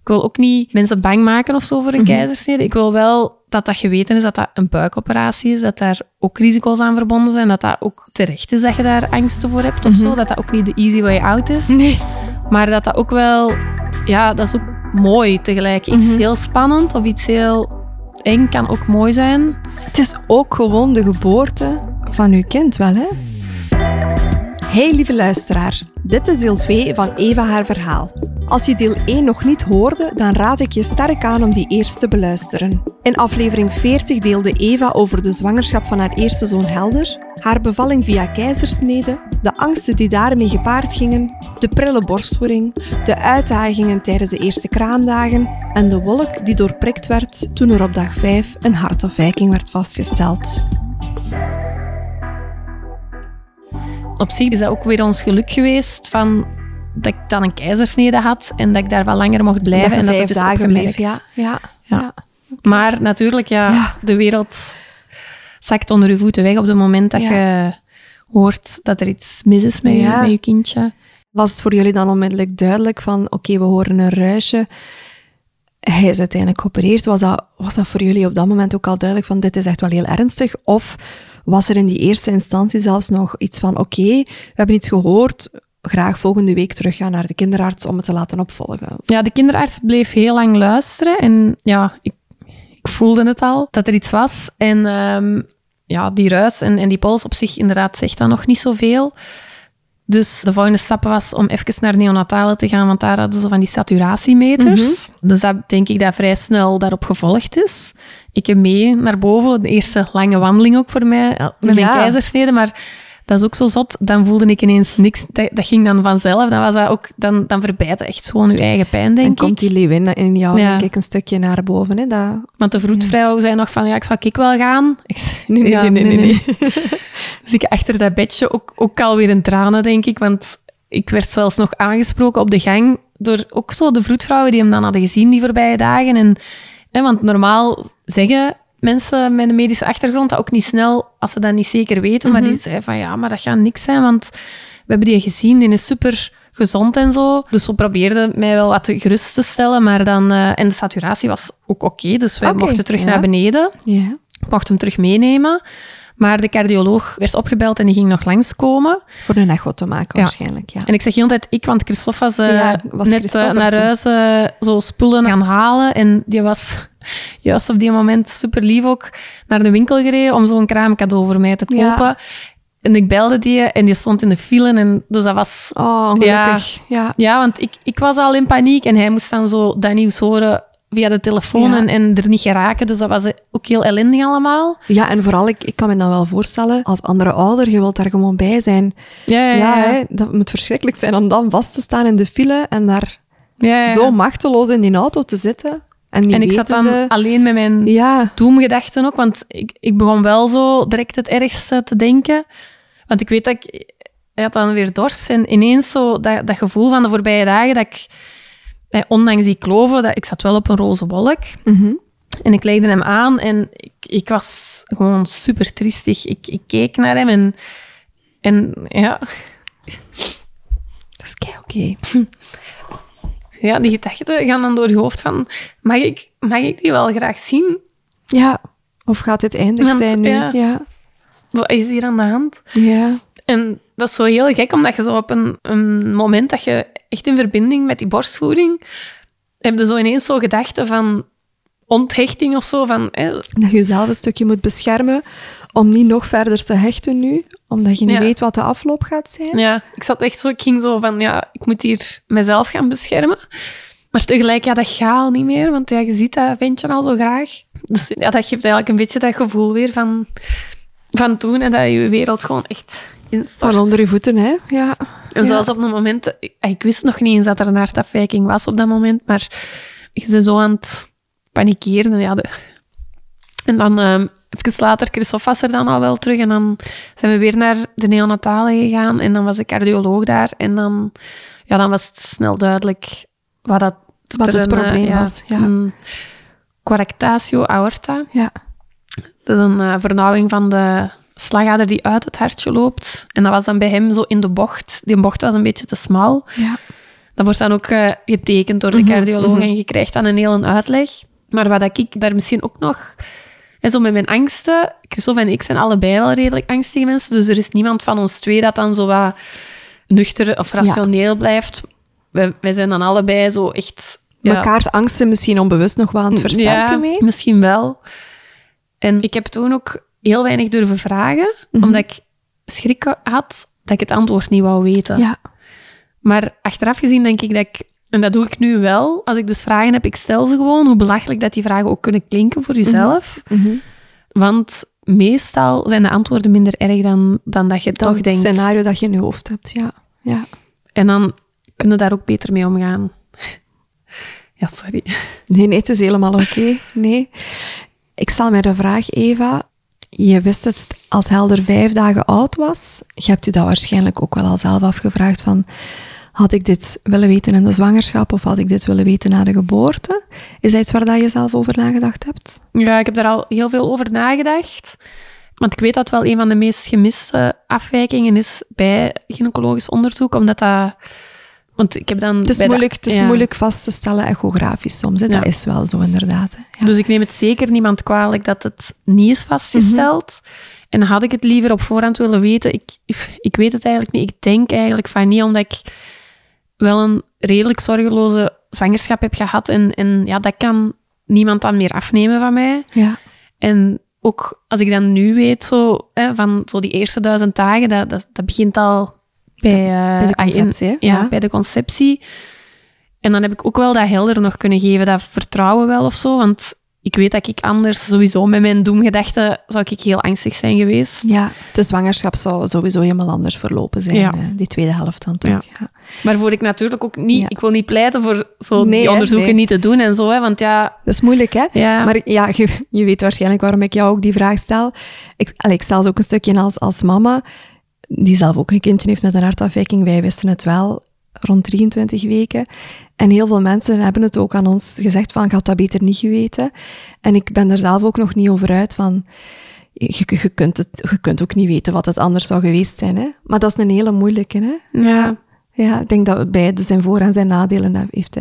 Ik wil ook niet mensen bang maken of zo voor een keizersnede. Ik wil wel dat geweten is dat dat een buikoperatie is, dat daar ook risico's aan verbonden zijn, dat dat ook terecht is dat je daar angsten voor hebt of zo, dat dat ook niet de easy way out is. Nee. Maar dat dat ook wel... Ja, dat is ook mooi tegelijk. Iets heel spannend of iets heel eng kan ook mooi zijn. Het is ook gewoon de geboorte van uw kind wel, hè? Hey lieve luisteraar, dit is deel 2 van Eva haar verhaal. Als je deel 1 nog niet hoorde, dan raad ik je sterk aan om die eerst te beluisteren. In aflevering 40 deelde Eva over de zwangerschap van haar eerste zoon Helder, haar bevalling via keizersnede, de angsten die daarmee gepaard gingen, de prille borstvoeding, de uitdagingen tijdens de eerste kraamdagen en de wolk die doorprikt werd toen er op dag 5 een hartafwijking werd vastgesteld. Op zich is dat ook weer ons geluk geweest van dat ik dan een keizersnede had en dat ik daar wat langer mocht blijven. Dat je en dat 5 het is dagen opgemerkt. bleef, ja. Maar natuurlijk, de wereld zakt onder je voeten weg op het moment dat je hoort dat er iets mis is met je kindje. Was het voor jullie dan onmiddellijk duidelijk van, oké, we horen een ruisje. Hij is uiteindelijk geopereerd. Was dat voor jullie op dat moment ook al duidelijk van, dit is echt wel heel ernstig? Of was er in die eerste instantie zelfs nog iets van, oké, we hebben iets gehoord, graag volgende week teruggaan naar de kinderarts om het te laten opvolgen? Ja, de kinderarts bleef heel lang luisteren en ja, ik voelde het al, dat er iets was. En die ruis en die pols op zich inderdaad zegt dan nog niet zoveel. Dus de volgende stap was om even naar neonatale te gaan, want daar hadden ze van die saturatiemeters. Dus dat denk ik dat vrij snel daarop gevolgd is. Ik heb mee naar boven, de eerste lange wandeling ook voor mij, met mijn keizersnede, maar dat is ook zo zot. Dan voelde ik ineens niks, dat ging dan vanzelf. Dan was dat ook, dan verbijt het echt gewoon je eigen pijn, denk ik. En komt die leeuwin in jou, denk ik, een stukje naar boven. Hè? Want de vroedvrouw zei nog van, ik wel gaan? Ik zei, nee. Dus ik achter dat bedje ook alweer in tranen, denk ik. Want ik werd zelfs nog aangesproken op de gang door ook zo de vroedvrouwen die hem dan hadden gezien die voorbije dagen. Want normaal zeggen mensen met een medische achtergrond dat ook niet snel, als ze dat niet zeker weten. Maar die zeiden van, maar dat gaat niks zijn, want we hebben die gezien, die is super gezond en zo. Dus ze probeerden mij wel wat gerust te stellen, maar dan... en de saturatie was ook oké, dus wij mochten terug naar beneden. Ja. Ik mocht hem terug meenemen. Maar de cardioloog werd opgebeld en die ging nog langskomen. Voor een echo te maken, waarschijnlijk. Ja. En ik zeg heel de tijd ik, want Christophe was net Christophe naar huis zo spullen gaan halen. En die was juist op die moment super lief ook naar de winkel gereden om zo'n kraamcadeau voor mij te kopen. Ja. En ik belde die en die stond in de file. En dus dat was... Oh, ongelukkig. Ja, want ik was al in paniek en hij moest dan zo dat nieuws horen via de telefoon en er niet geraken. Dus dat was ook heel ellendig allemaal. Ja, en vooral, ik kan me dan wel voorstellen, als andere ouder, je wilt daar gewoon bij zijn. Ja. Hè, dat moet verschrikkelijk zijn om dan vast te staan in de file en daar zo machteloos in die auto te zitten. En ik zat dan alleen met mijn doemgedachten ook, want ik begon wel zo direct het ergste te denken. Want ik weet dat ik had dan weer dorst en ineens zo dat gevoel van de voorbije dagen dat ik... ondanks die kloven, ik zat wel op een roze wolk. En ik legde hem aan en ik was gewoon super triestig. Ik keek naar hem en ja... Dat is oké. Ja, die gedachten gaan dan door je hoofd van... Mag ik die wel graag zien? Ja, of gaat dit eindig zijn nu? Ja. Wat is hier aan de hand? Ja. En dat is zo heel gek, omdat je zo op een moment dat je echt in verbinding met die borstvoeding heb je zo ineens zo gedachten van onthechting of zo. Van, dat je jezelf een stukje moet beschermen om niet nog verder te hechten nu, omdat je niet weet wat de afloop gaat zijn. Ja, ik ging zo van, ik moet hier mezelf gaan beschermen. Maar tegelijk, dat gaat al niet meer, want je ziet dat ventje al zo graag. Dus dat geeft eigenlijk een beetje dat gevoel weer van toen en dat je wereld gewoon echt... Van onder je voeten, hè? Ja. En zelfs op een moment... Ik wist nog niet eens dat er een hartafwijking was op dat moment, maar ik ben zo aan het panikeren. En dan, even later, Christophe was er dan al wel terug en dan zijn we weer naar de neonatale gegaan en dan was de cardioloog daar en dan was het snel duidelijk wat het probleem was. Ja. Een correctatio aorta. Ja. Dat is een vernauwing van de slagader die uit het hartje loopt. En dat was dan bij hem zo in de bocht. Die bocht was een beetje te smal. Ja. Dat wordt dan ook getekend door de cardioloog en je krijgt dan een hele uitleg. Maar wat ik daar misschien ook nog... En zo met mijn angsten... Christophe en ik zijn allebei wel redelijk angstige mensen, dus er is niemand van ons twee dat dan zo wat nuchter of rationeel blijft. Wij zijn dan allebei zo echt... Mekaars angsten misschien onbewust nog wel aan het versterken mee? Misschien wel. En ik heb toen ook heel weinig durven vragen, omdat ik schrik had dat ik het antwoord niet wou weten. Ja. Maar achteraf gezien denk ik dat ik... En dat doe ik nu wel. Als ik dus vragen heb, ik stel ze gewoon. Hoe belachelijk dat die vragen ook kunnen klinken voor jezelf. Want meestal zijn de antwoorden minder erg dan dat je toch denkt. Het scenario dat je in je hoofd hebt, ja. En dan kun je daar ook beter mee omgaan. Ja, sorry. Nee, het is helemaal oké. Nee. Ik stel mij de vraag, Eva. Je wist het als Helder 5 dagen oud was. Je hebt u dat waarschijnlijk ook wel al zelf afgevraagd van... Had ik dit willen weten in de zwangerschap of had ik dit willen weten na de geboorte? Is dat iets waar dat je zelf over nagedacht hebt? Ja, ik heb daar al heel veel over nagedacht. Want ik weet dat het wel een van de meest gemiste afwijkingen is bij gynaecologisch onderzoek, omdat dat... Want ik heb dan... Het is moeilijk vast te stellen echografisch soms. Hè? Dat is wel zo, inderdaad. Hè? Ja. Dus ik neem het zeker niemand kwalijk dat het niet is vastgesteld. En had ik het liever op voorhand willen weten? Ik weet het eigenlijk niet. Ik denk eigenlijk van niet, omdat ik wel een redelijk zorgeloze zwangerschap heb gehad. En ja, dat kan niemand dan meer afnemen van mij. Ja. En ook als ik dan nu weet, van zo die eerste 1000 dagen, dat begint al bij de conceptie. Bij de conceptie. En dan heb ik ook wel dat helder nog kunnen geven, dat vertrouwen wel of zo. Want ik weet dat ik anders sowieso met mijn doemgedachten zou ik heel angstig zijn geweest. Ja, de zwangerschap zou sowieso helemaal anders verlopen zijn. Die tweede helft dan toch. Ja. Maar voor ik natuurlijk ook niet... Ja. Ik wil niet pleiten voor die onderzoeken niet te doen en zo. Hè, want dat is moeilijk, hè? Ja. Maar ja, je weet waarschijnlijk waarom ik jou ook die vraag stel. Ik stel ze ook een stukje als mama, die zelf ook een kindje heeft met een hartafwijking. Wij wisten het wel rond 23 weken. En heel veel mensen hebben het ook aan ons gezegd van, ik had dat beter niet geweten. En ik ben er zelf ook nog niet over uit van, je kunt ook niet weten wat het anders zou geweest zijn. Hè? Maar dat is een hele moeilijke. Hè? Ja, ik denk dat het beide zijn voor- en zijn nadelen heeft. Hè?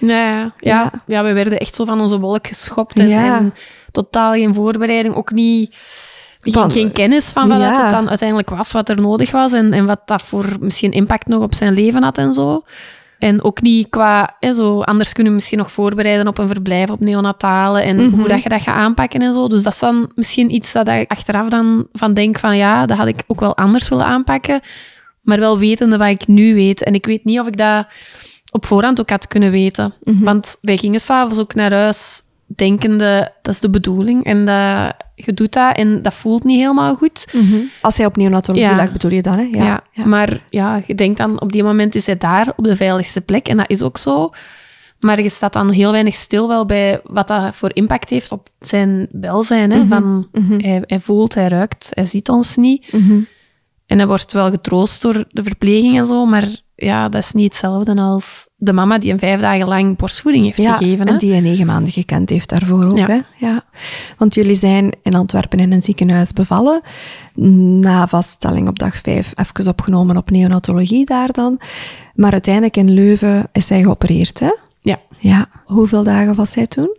Ja, we werden echt zo van onze wolk geschopt. En totaal geen voorbereiding, ook niet... Geen kennis van wat het dan uiteindelijk was, wat er nodig was en wat dat voor misschien impact nog op zijn leven had en zo. En ook niet qua, anders kunnen we misschien nog voorbereiden op een verblijf op neonatale en hoe dat je dat gaat aanpakken en zo. Dus dat is dan misschien iets dat ik achteraf dan van denk van dat had ik ook wel anders willen aanpakken, maar wel wetende wat ik nu weet. En ik weet niet of ik dat op voorhand ook had kunnen weten. Want wij gingen s'avonds ook naar huis denkende, dat is de bedoeling en je doet dat en dat voelt niet helemaal goed. Als hij op neonatologie lag, bedoel je dan, hè? Ja. Maar je denkt dan, op die moment is hij daar op de veiligste plek en dat is ook zo. Maar je staat dan heel weinig stil wel bij wat dat voor impact heeft op zijn welzijn. Hè? Hij voelt, hij ruikt, hij ziet ons niet. En hij wordt wel getroost door de verpleging en zo, maar dat is niet hetzelfde als de mama die 5 dagen lang borstvoeding heeft gegeven. Hè? En die 9 maanden gekend heeft daarvoor ook. Ja. Hè? Ja. Want jullie zijn in Antwerpen in een ziekenhuis bevallen. Na vaststelling op dag 5 even opgenomen op neonatologie daar dan. Maar uiteindelijk in Leuven is zij geopereerd, hè? Ja. Hoeveel dagen was zij toen?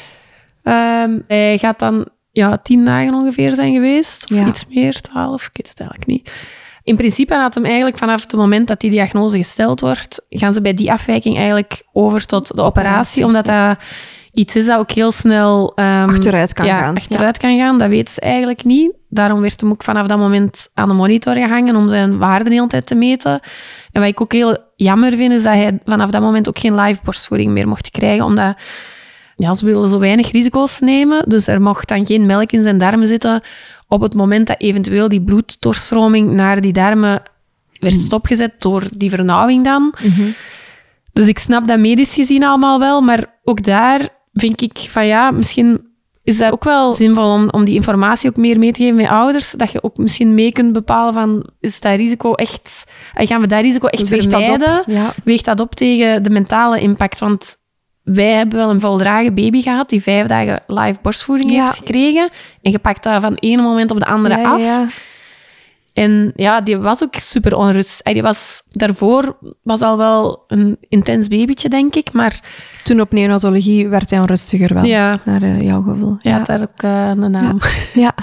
Hij gaat dan 10 dagen ongeveer zijn geweest. Of iets meer, 12, ik weet het eigenlijk niet. In principe had hem eigenlijk vanaf het moment dat die diagnose gesteld wordt, gaan ze bij die afwijking eigenlijk over tot de operatie, omdat dat iets is dat ook heel snel achteruit kan gaan. Dat weet ze eigenlijk niet. Daarom werd hem ook vanaf dat moment aan de monitor gehangen om zijn waarden de hele tijd te meten. En wat ik ook heel jammer vind, is dat hij vanaf dat moment ook geen live borstvoeding meer mocht krijgen, omdat ze wilden zo weinig risico's nemen. Dus er mocht dan geen melk in zijn darmen zitten op het moment dat eventueel die bloeddoorstroming naar die darmen werd stopgezet door die vernauwing dan. Dus ik snap dat medisch gezien allemaal wel, maar ook daar vind ik van misschien is dat ook wel zinvol om die informatie ook meer mee te geven met ouders, dat je ook misschien mee kunt bepalen van, is dat risico echt, gaan we dat risico echt vermijden? Weegt dat op tegen de mentale impact? Want wij hebben wel een voldragen baby gehad die 5 dagen live borstvoeding heeft gekregen. En je pakt dat van ene moment op de andere af. Ja. En ja, die was ook super onrustig. Daarvoor was al wel een intens babytje, denk ik, maar... Toen op neonatologie werd hij onrustiger wel, naar jouw gevoel. Ja, had daar ook een naam. Ja.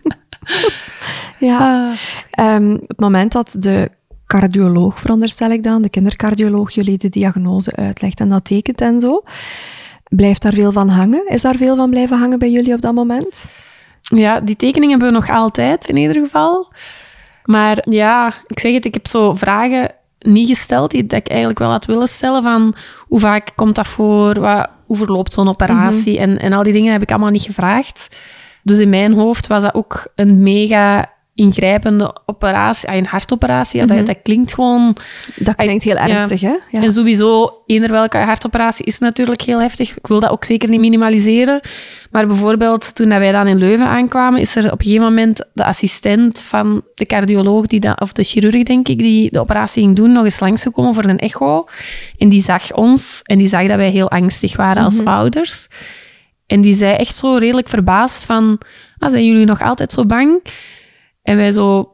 Op het moment dat de cardioloog, veronderstel ik dan, de kindercardioloog, jullie de diagnose uitlegt en dat tekent en zo, blijft daar veel van hangen? Is daar veel van blijven hangen bij jullie op dat moment? Ja, die tekening hebben we nog altijd, in ieder geval. Maar ja, ik zeg het, ik heb zo vragen niet gesteld die dat ik eigenlijk wel had willen stellen van hoe vaak komt dat voor, hoe verloopt zo'n operatie en al die dingen heb ik allemaal niet gevraagd. Dus in mijn hoofd was dat ook een mega ingrijpende operatie, een hartoperatie. Dat klinkt gewoon... Dat klinkt heel ernstig, hè? Ja. En sowieso, eender welke hartoperatie is natuurlijk heel heftig. Ik wil dat ook zeker niet minimaliseren. Maar bijvoorbeeld, toen wij dan in Leuven aankwamen, is er op een gegeven moment de assistent van de cardioloog, of de chirurg, denk ik, die de operatie ging doen, nog eens langsgekomen voor een echo. En die zag ons en die zag dat wij heel angstig waren als ouders. En die zei echt zo redelijk verbaasd van, zijn jullie nog altijd zo bang? En wij zo...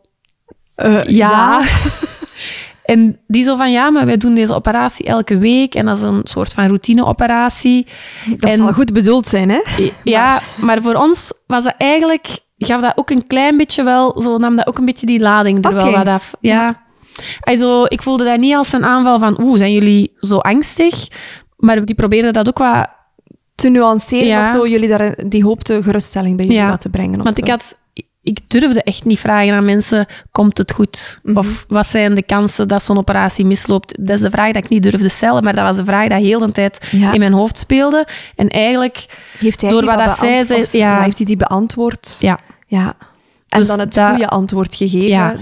ja. En die zo van, ja, maar wij doen deze operatie elke week en dat is een soort van routineoperatie. Dat zal goed bedoeld zijn, hè? Ja, maar voor ons was dat eigenlijk... Gaf dat ook een klein beetje wel... Zo nam dat ook een beetje die lading er wel wat af. Ja. Also, ik voelde dat niet als een aanval van, zijn jullie zo angstig? Maar die probeerden dat ook wat... te nuanceren of zo, jullie daar die hoopte geruststelling bij jullie laten brengen. Want ik durfde echt niet vragen aan mensen, komt het goed? Of wat zijn de kansen dat zo'n operatie misloopt? Dat is de vraag dat ik niet durfde stellen, maar dat was de vraag die heel de tijd in mijn hoofd speelde. En eigenlijk, heeft hij door wat dat zij... heeft hij die beantwoord? Ja. En dus dan het goede antwoord gegeven?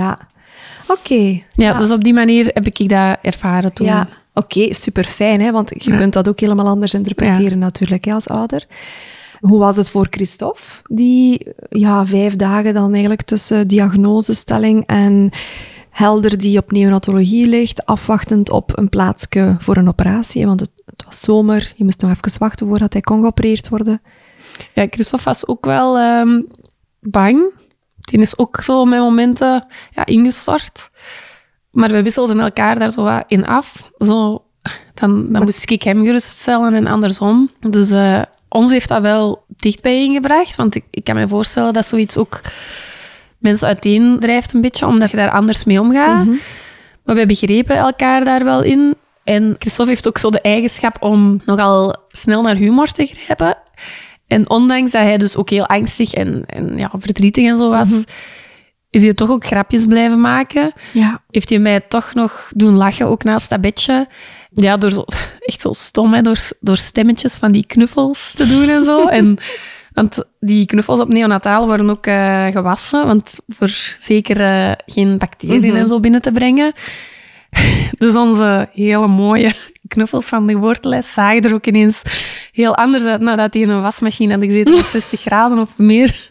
Oké. Ja, dus op die manier heb ik dat ervaren toen. Ja. Oké, super fijn, hè? Want je kunt dat ook helemaal anders interpreteren natuurlijk, hè, als ouder. Hoe was het voor Christophe? Die 5 dagen dan eigenlijk tussen diagnosestelling en Helder die op neonatologie ligt, afwachtend op een plaatsje voor een operatie. Want het was zomer, je moest nog even wachten voordat hij kon geopereerd worden. Ja, Christophe was ook wel bang. Die is ook zo met momenten ingestort. Maar we wisselden elkaar daar zo wat in af. Zo, dan moest ik hem geruststellen en andersom. Dus ons heeft dat wel dichtbij ingebracht. Want ik kan me voorstellen dat zoiets ook mensen uiteendrijft een beetje, omdat je daar anders mee omgaat. Maar we begrepen elkaar daar wel in. En Christophe heeft ook zo de eigenschap om nogal snel naar humor te grijpen. En ondanks dat hij dus ook heel angstig en verdrietig en zo was... is hij toch ook grapjes blijven maken. Ja. Heeft hij mij toch nog doen lachen, ook naast dat bedje. Ja, door echt zo stom, hè, door stemmetjes van die knuffels te doen en zo. Want die knuffels op neonataal worden ook gewassen, want voor zeker geen bacteriën en zo binnen te brengen. Dus onze hele mooie knuffels van de geboorteles zagen er ook ineens heel anders uit nadat die in een wasmachine had gezeten van 60 graden of meer.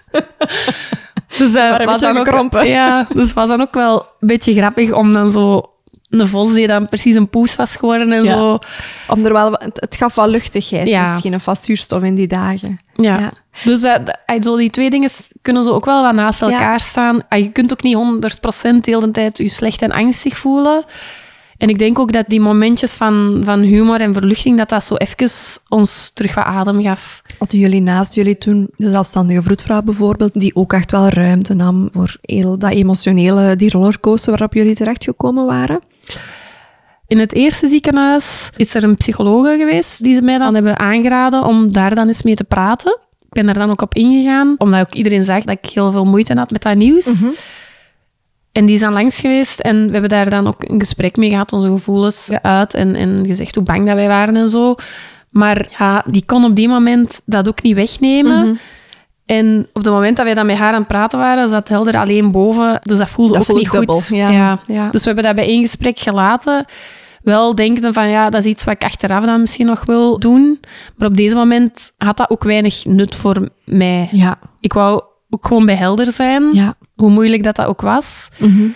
Dus was dan ook, dus was dan ook wel een beetje grappig om dan zo een vos die dan precies een poes was geworden en zo. Om er wel, het gaf wel luchtigheid, misschien een vast zuurstof in die dagen. Ja. Dus zo die twee dingen kunnen zo ook wel wat naast elkaar staan. Je kunt ook niet 100% de hele tijd je slecht en angstig voelen. En ik denk ook dat die momentjes van humor en verluchting, dat zo even ons terug wat adem gaf. Hadden jullie naast jullie toen de zelfstandige vroedvrouw bijvoorbeeld, die ook echt wel ruimte nam voor heel dat emotionele, die rollercoaster waarop jullie terechtgekomen waren? In het eerste ziekenhuis is er een psychologe geweest die ze mij dan hebben aangeraden om daar dan eens mee te praten. Ik ben daar dan ook op ingegaan, omdat ook iedereen zag dat ik heel veel moeite had met dat nieuws. En die is dan langs geweest en we hebben daar dan ook een gesprek mee gehad, onze gevoelens geuit en gezegd hoe bang dat wij waren en zo. Maar die kon op die moment dat ook niet wegnemen. En op het moment dat wij dan met haar aan het praten waren, zat Helder alleen boven. Dus dat voelde ook niet dubbel, goed. Ja. Dus we hebben dat bij één gesprek gelaten. Wel denkende van, dat is iets wat ik achteraf dan misschien nog wil doen. Maar op deze moment had dat ook weinig nut voor mij. Ja. Ik wou ook gewoon bij Helder zijn, hoe moeilijk dat ook was.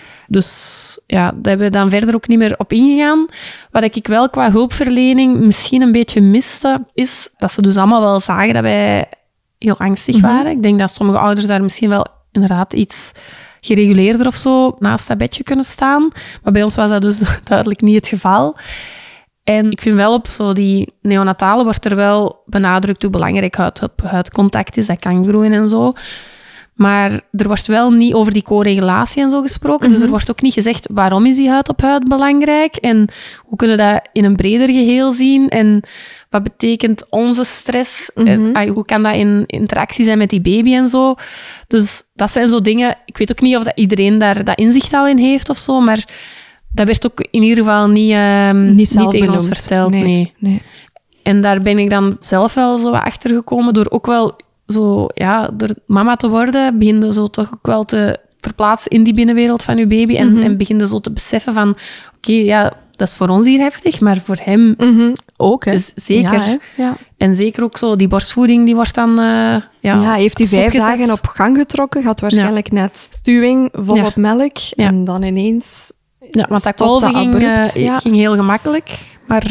Dus daar hebben we dan verder ook niet meer op ingegaan. Wat ik wel qua hulpverlening misschien een beetje miste, is dat ze dus allemaal wel zagen dat wij heel angstig waren. Ik denk dat sommige ouders daar misschien wel inderdaad iets gereguleerder of zo naast dat bedje kunnen staan. Maar bij ons was dat dus duidelijk niet het geval. En ik vind wel op zo die neonatale wordt er wel benadrukt hoe belangrijk huid-op-huid-contact is. Dat kan groeien en zo. Maar er wordt wel niet over die co-regulatie en zo gesproken. Dus er wordt ook niet gezegd waarom is die huid-op-huid belangrijk en hoe kunnen we dat in een breder geheel zien en wat betekent onze stress? Hoe kan dat in interactie zijn met die baby en zo? Dus dat zijn zo dingen... Ik weet ook niet of dat iedereen daar dat inzicht al in heeft of zo, maar dat werd ook in ieder geval niet tegen ons verteld. Nee. En daar ben ik dan zelf wel zo achter gekomen door ook wel zo, ja, door mama te worden, begin je zo toch ook wel te verplaatsen in die binnenwereld van je baby en begin je zo te beseffen van, oké, ja, dat is voor ons hier heftig, maar voor hem ook, hè? Dus zeker. Ja, ja. En zeker ook zo, die borstvoeding, die wordt dan heeft hij 5 dagen op gang getrokken, had waarschijnlijk net stuwing, volop melk, en dan ineens... Ja, want dat kolven ging heel gemakkelijk, maar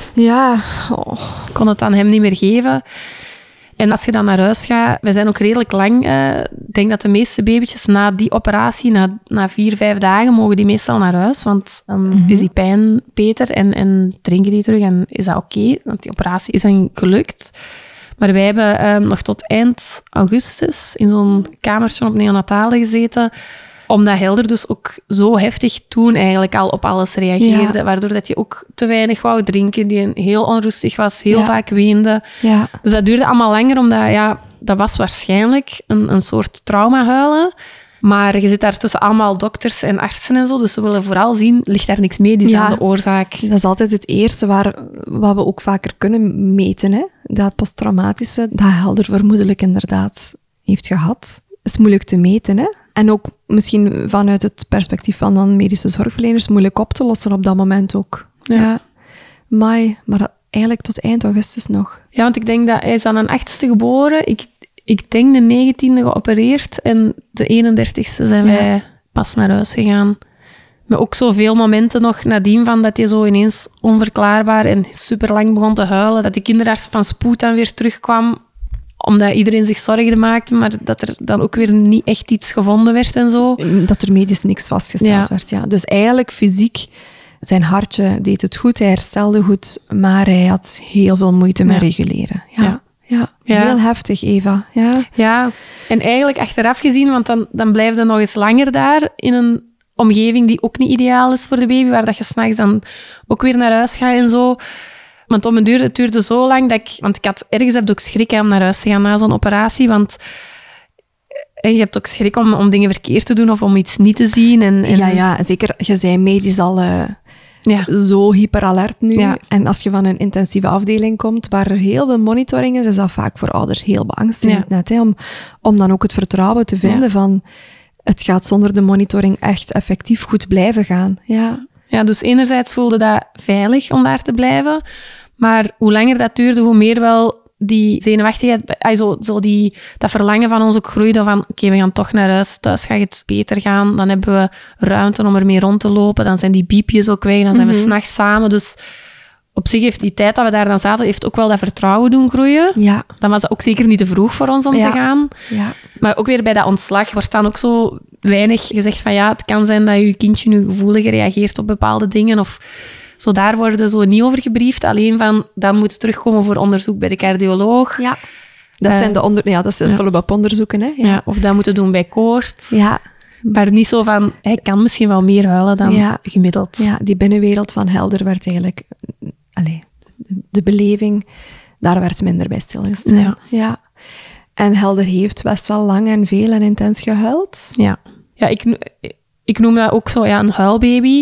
ik kon het aan hem niet meer geven. En als je dan naar huis gaat, we zijn ook redelijk lang. Ik denk dat de meeste babytjes na die operatie, na 4-5 dagen, mogen die meestal naar huis. Want dan is die pijn beter en drinken die terug en is dat oké. Want die operatie is dan gelukt. Maar wij hebben nog tot eind augustus in zo'n kamertje op neonatale gezeten, omdat Helder dus ook zo heftig toen eigenlijk al op alles reageerde, waardoor dat hij ook te weinig wou drinken, die heel onrustig was, heel vaak weende. Ja. Dus dat duurde allemaal langer, omdat dat was waarschijnlijk een soort traumahuilen. Maar je zit daar tussen allemaal dokters en artsen en zo, dus ze willen vooral zien, ligt daar niks medisch aan de oorzaak? Dat is altijd het eerste wat we ook vaker kunnen meten, hè? Dat posttraumatische, dat Helder vermoedelijk inderdaad heeft gehad. Dat is moeilijk te meten, hè? En ook misschien vanuit het perspectief van dan medische zorgverleners moeilijk op te lossen op dat moment ook. Ja. Maar eigenlijk tot eind augustus nog. Ja, want ik denk dat hij is aan een 8e geboren. Ik denk de 19e geopereerd en de 31e zijn wij pas naar huis gegaan. Maar ook zoveel momenten nog nadien van dat hij zo ineens onverklaarbaar en super lang begon te huilen. Dat die kinderarts van spoed dan weer terugkwam, omdat iedereen zich zorgen maakte, maar dat er dan ook weer niet echt iets gevonden werd en zo. Dat er medisch niks vastgesteld werd, ja. Dus eigenlijk fysiek, zijn hartje deed het goed, hij herstelde goed, maar hij had heel veel moeite met reguleren. Ja, heel heftig, Eva. Ja, en eigenlijk achteraf gezien, want dan blijf je nog eens langer daar in een omgeving die ook niet ideaal is voor de baby, waar dat je 's nachts dan ook weer naar huis gaat en zo. Want het duurde zo lang dat want ik had ergens ook schrik om naar huis te gaan na zo'n operatie, want je hebt ook schrik om dingen verkeerd te doen of om iets niet te zien. Ja, zeker. Je bent medisch al zo hyperalert nu. Ja. En als je van een intensieve afdeling komt waar er heel veel monitoring is dat vaak voor ouders heel beangstigend net, hè, om dan ook het vertrouwen te vinden van het gaat zonder de monitoring echt effectief goed blijven gaan. Ja, dus enerzijds voelde dat veilig om daar te blijven, maar hoe langer dat duurde, hoe meer wel die zenuwachtigheid, dat verlangen van ons ook groeide van oké, we gaan toch naar huis, thuis gaat het beter gaan, dan hebben we ruimte om ermee rond te lopen, dan zijn die biepjes ook weg, dan zijn we 's nachts samen, dus op zich heeft die tijd dat we daar dan zaten, heeft ook wel dat vertrouwen doen groeien. Ja. Dan was dat ook zeker niet te vroeg voor ons om te gaan. Ja. Maar ook weer bij dat ontslag wordt dan ook zo weinig gezegd van het kan zijn dat je kindje nu gevoeliger reageert op bepaalde dingen of zo, daar worden zo niet over gebriefd. Alleen van, dan moet het terugkomen voor onderzoek bij de cardioloog. Ja, dat zijn dat zijn follow-up onderzoeken. Hè? Ja, of dat moeten doen bij koorts. Ja. Maar niet zo van, hij kan misschien wel meer huilen dan gemiddeld. Ja, die binnenwereld van Helder werd eigenlijk... de beleving, daar werd minder bij stilgestaan. Ja. En Helder heeft best wel lang en veel en intens gehuild. Ja, ik noem dat ook zo een huilbaby.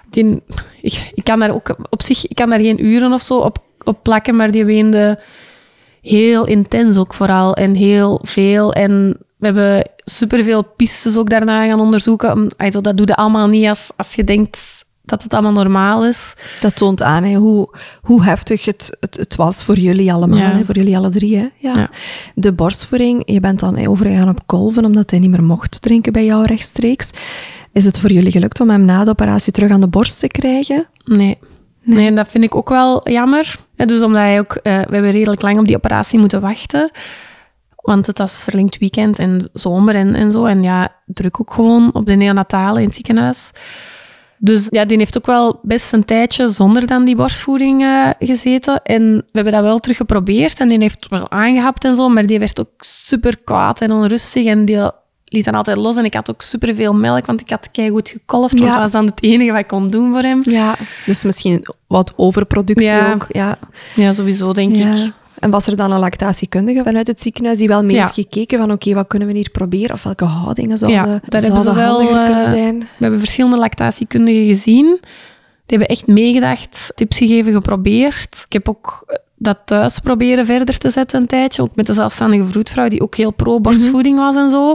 Ik kan daar ook op zich, ik kan daar geen uren of zo op plakken, maar die weende heel intens ook vooral en heel veel. En we hebben superveel pistes ook daarna gaan onderzoeken. Dat doe je allemaal niet als je denkt dat het allemaal normaal is. Dat toont aan hoe heftig het was voor jullie allemaal, voor jullie alle 3. Hè? Ja. De borstvoeding, je bent dan overgegaan op kolven, omdat hij niet meer mocht drinken bij jou rechtstreeks. Is het voor jullie gelukt om hem na de operatie terug aan de borst te krijgen? Nee, en dat vind ik ook wel jammer. Dus omdat hij ook... we hebben redelijk lang op die operatie moeten wachten. Want het was verlengd weekend en zomer en zo. En ja, druk ook gewoon op de neonatale in het ziekenhuis. Dus ja, die heeft ook wel best een tijdje zonder dan die borstvoeding gezeten. En we hebben dat wel terug geprobeerd. En die heeft wel aangehapt en zo. Maar die werd ook super kwaad en onrustig. En die liet dan altijd los. En ik had ook superveel melk, want ik had keigoed gekolfd. Want dat was dan het enige wat ik kon doen voor hem. Ja, dus misschien wat overproductie ook. Ja, sowieso, denk ik. En was er dan een lactatiekundige vanuit het ziekenhuis die wel mee heeft gekeken van oké, wat kunnen we hier proberen? Of welke houdingen zouden handiger kunnen zijn? We hebben verschillende lactatiekundigen gezien. Die hebben echt meegedacht, tips gegeven, geprobeerd. Ik heb ook dat thuis proberen verder te zetten een tijdje. Ook met de zelfstandige vroedvrouw, die ook heel pro-borstvoeding was en zo.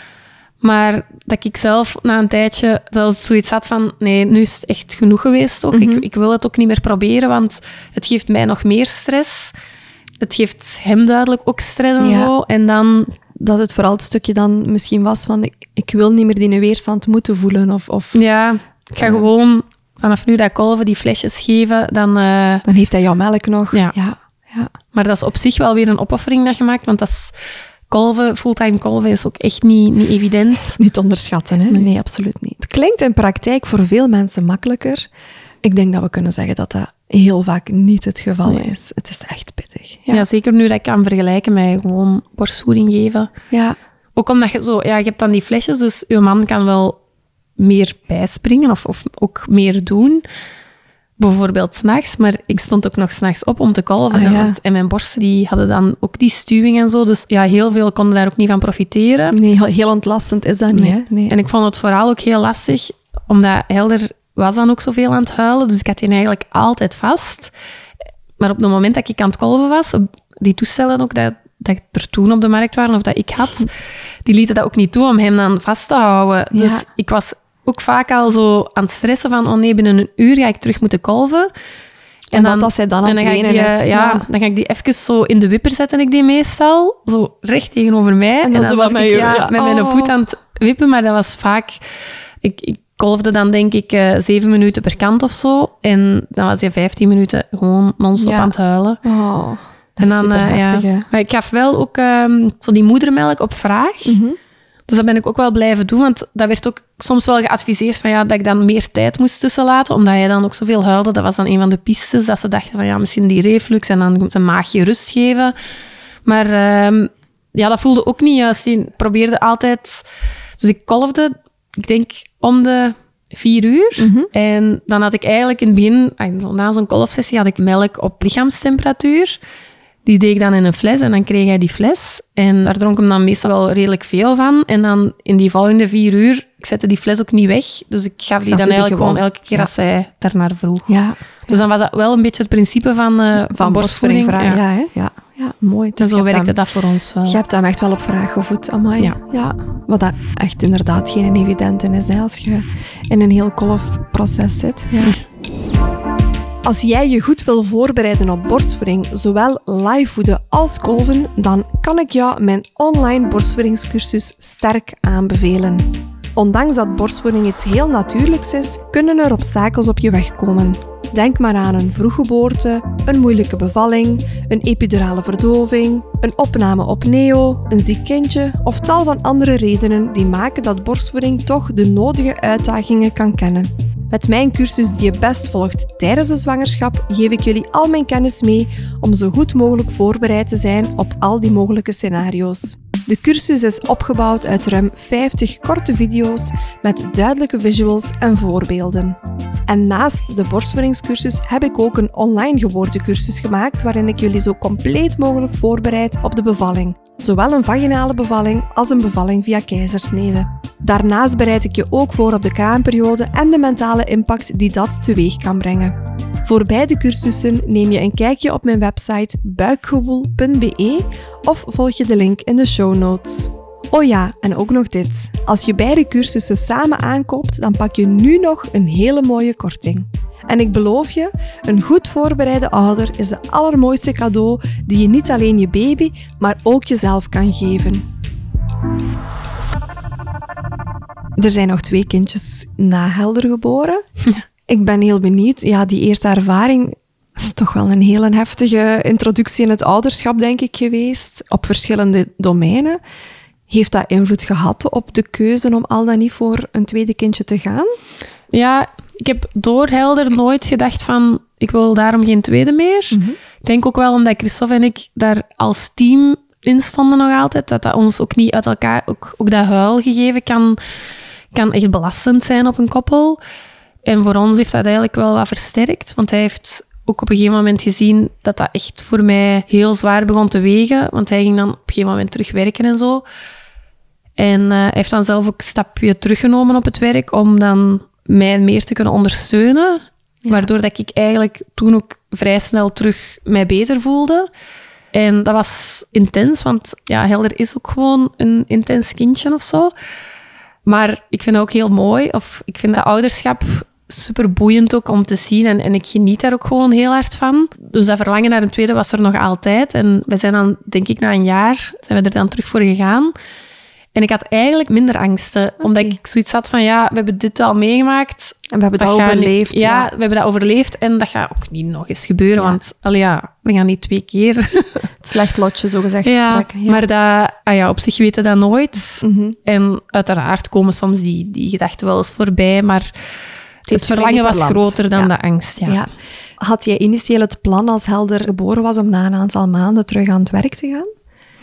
Maar dat ik zelf na een tijdje zelfs zoiets had van... Nee, nu is het echt genoeg geweest ook. Ik wil het ook niet meer proberen, want het geeft mij nog meer stress. Het geeft hem duidelijk ook stress en zo. En dan... Dat het vooral het stukje dan misschien was van... Ik wil niet meer die weerstand moeten voelen. Of ja, ik ga gewoon vanaf nu dat kolven die flesjes geven. Dan heeft hij jouw melk nog. Ja. Maar dat is op zich wel weer een opoffering dat je maakt. Want dat is kolven, fulltime kolven is ook echt niet evident. Niet onderschatten, hè? Nee, absoluut niet. Het klinkt in praktijk voor veel mensen makkelijker. Ik denk dat we kunnen zeggen dat dat heel vaak niet het geval is. Het is echt pittig. Ja, zeker nu dat ik kan vergelijken met gewoon borstvoeding geven. Ja. Ook omdat je zo... Ja, je hebt dan die flesjes, dus je man kan wel meer bijspringen of ook meer doen. Bijvoorbeeld 's nachts, maar ik stond ook nog 's nachts op om te kolven. En mijn borsten die hadden dan ook die stuwing en zo. Dus ja, heel veel konden daar ook niet van profiteren. Nee, heel ontlastend is dat niet. Hè? Nee. En ik vond het vooral ook heel lastig, omdat Helder was dan ook zoveel aan het huilen. Dus ik had die eigenlijk altijd vast. Maar op het moment dat ik aan het kolven was, die toestellen ook dat er toen op de markt waren, of dat ik had, die lieten dat ook niet toe om hem dan vast te houden. Ja. Dus ik was ook vaak al zo aan het stressen van, oh nee, binnen een uur ga ik terug moeten kolven. En dan, als hij dan aan het wenen is. Dan ga ik die even zo in de wipper zetten, ik die meestal. Zo recht tegenover mij. En dan was ik met mijn voet aan het wippen, maar dat was vaak... Ik kolfde dan denk ik 7 minuten per kant of zo. En dan was hij 15 minuten gewoon non-stop aan het huilen. Oh, dat is super heftig, hè? Maar ik gaf wel ook zo die moedermelk op vraag. Dus dat ben ik ook wel blijven doen, want dat werd ook soms wel geadviseerd van, dat ik dan meer tijd moest tussenlaten, omdat hij dan ook zoveel huilde. Dat was dan een van de pistes, dat ze dachten van, misschien die reflux en dan zijn maagje rust geven. Maar dat voelde ook niet juist. Die probeerde altijd... Dus ik kolfde, ik denk, om de 4 uur. En dan had ik eigenlijk in het begin, na zo'n kolfsessie, had ik melk op lichaamstemperatuur. Die deed ik dan in een fles en dan kreeg hij die fles. En daar dronk hem dan meestal wel redelijk veel van. En dan in die volgende 4 uur, ik zette die fles ook niet weg. Dus ik gaf die dan eigenlijk gewoon elke keer als hij daarnaar vroeg. Ja. Dus dan was dat wel een beetje het principe van borstvoeding. Ja, mooi. Dus zo werkte dat voor ons wel. Je hebt hem echt wel op vraag gevoed, amai. Ja. Wat dat echt inderdaad geen evidente is, hè, als je in een heel kolfproces zit. Ja. Als jij je goed wil voorbereiden op borstvoeding, zowel live voeden als kolven, dan kan ik jou mijn online borstvoedingscursus sterk aanbevelen. Ondanks dat borstvoeding iets heel natuurlijks is, kunnen er obstakels op je weg komen. Denk maar aan een vroeggeboorte, een moeilijke bevalling, een epidurale verdoving, een opname op neo, een ziek kindje of tal van andere redenen die maken dat borstvoeding toch de nodige uitdagingen kan kennen. Met mijn cursus die je best volgt tijdens de zwangerschap geef ik jullie al mijn kennis mee om zo goed mogelijk voorbereid te zijn op al die mogelijke scenario's. De cursus is opgebouwd uit ruim 50 korte video's met duidelijke visuals en voorbeelden. En naast de borstvoedingscursus heb ik ook een online geboortecursus gemaakt waarin ik jullie zo compleet mogelijk voorbereid op de bevalling. Zowel een vaginale bevalling als een bevalling via keizersnede. Daarnaast bereid ik je ook voor op de kraamperiode en de mentale impact die dat teweeg kan brengen. Voor beide cursussen neem je een kijkje op mijn website buikgewoel.be of volg je de link in de show notes. Oh ja, en ook nog dit. Als je beide cursussen samen aankoopt, dan pak je nu nog een hele mooie korting. En ik beloof je, een goed voorbereide ouder is de allermooiste cadeau die je niet alleen je baby, maar ook jezelf kan geven. Er zijn nog 2 kindjes na Helder geboren. Ja. Ik ben heel benieuwd. Ja, die eerste ervaring, Dat is toch wel een hele heftige introductie in het ouderschap, denk ik, geweest. Op verschillende domeinen. Heeft dat invloed gehad op de keuze om al dan niet voor een tweede kindje te gaan? Ja, ik heb door Helder nooit gedacht van, ik wil daarom geen tweede meer. Mm-hmm. Ik denk ook wel omdat Christophe en ik daar als team in stonden nog altijd, dat ons ook niet uit elkaar, ook dat huilgegeven kan echt belastend zijn op een koppel. En voor ons heeft dat eigenlijk wel wat versterkt, want hij heeft ook op een gegeven moment gezien dat dat echt voor mij heel zwaar begon te wegen, want hij ging dan op een gegeven moment terug werken en zo. En hij heeft dan zelf ook een stapje teruggenomen op het werk om dan mij meer te kunnen ondersteunen, waardoor dat ik eigenlijk toen ook vrij snel terug mij beter voelde. En dat was intens, want ja, Helder is ook gewoon een intens kindje of zo. Maar ik vind het ook heel mooi, of ik vind dat ouderschap super boeiend ook om te zien. En ik geniet daar ook gewoon heel hard van. Dus dat verlangen naar een tweede was er nog altijd. En we zijn dan, denk ik, na een jaar zijn we er dan terug voor gegaan. En ik had eigenlijk minder angsten, omdat ik zoiets had van, ja, we hebben dit al meegemaakt. En we hebben dat overleefd. We hebben dat overleefd en dat gaat ook niet nog eens gebeuren, want we gaan niet 2 keer. Het slecht lotje, zogezegd. trekken. Ja. Maar dat, op zich weten dat nooit. Mm-hmm. En uiteraard komen soms die gedachten wel eens voorbij, maar het verlangen was groter dan de angst. Ja. Had jij initieel het plan als Helder geboren was om na een aantal maanden terug aan het werk te gaan?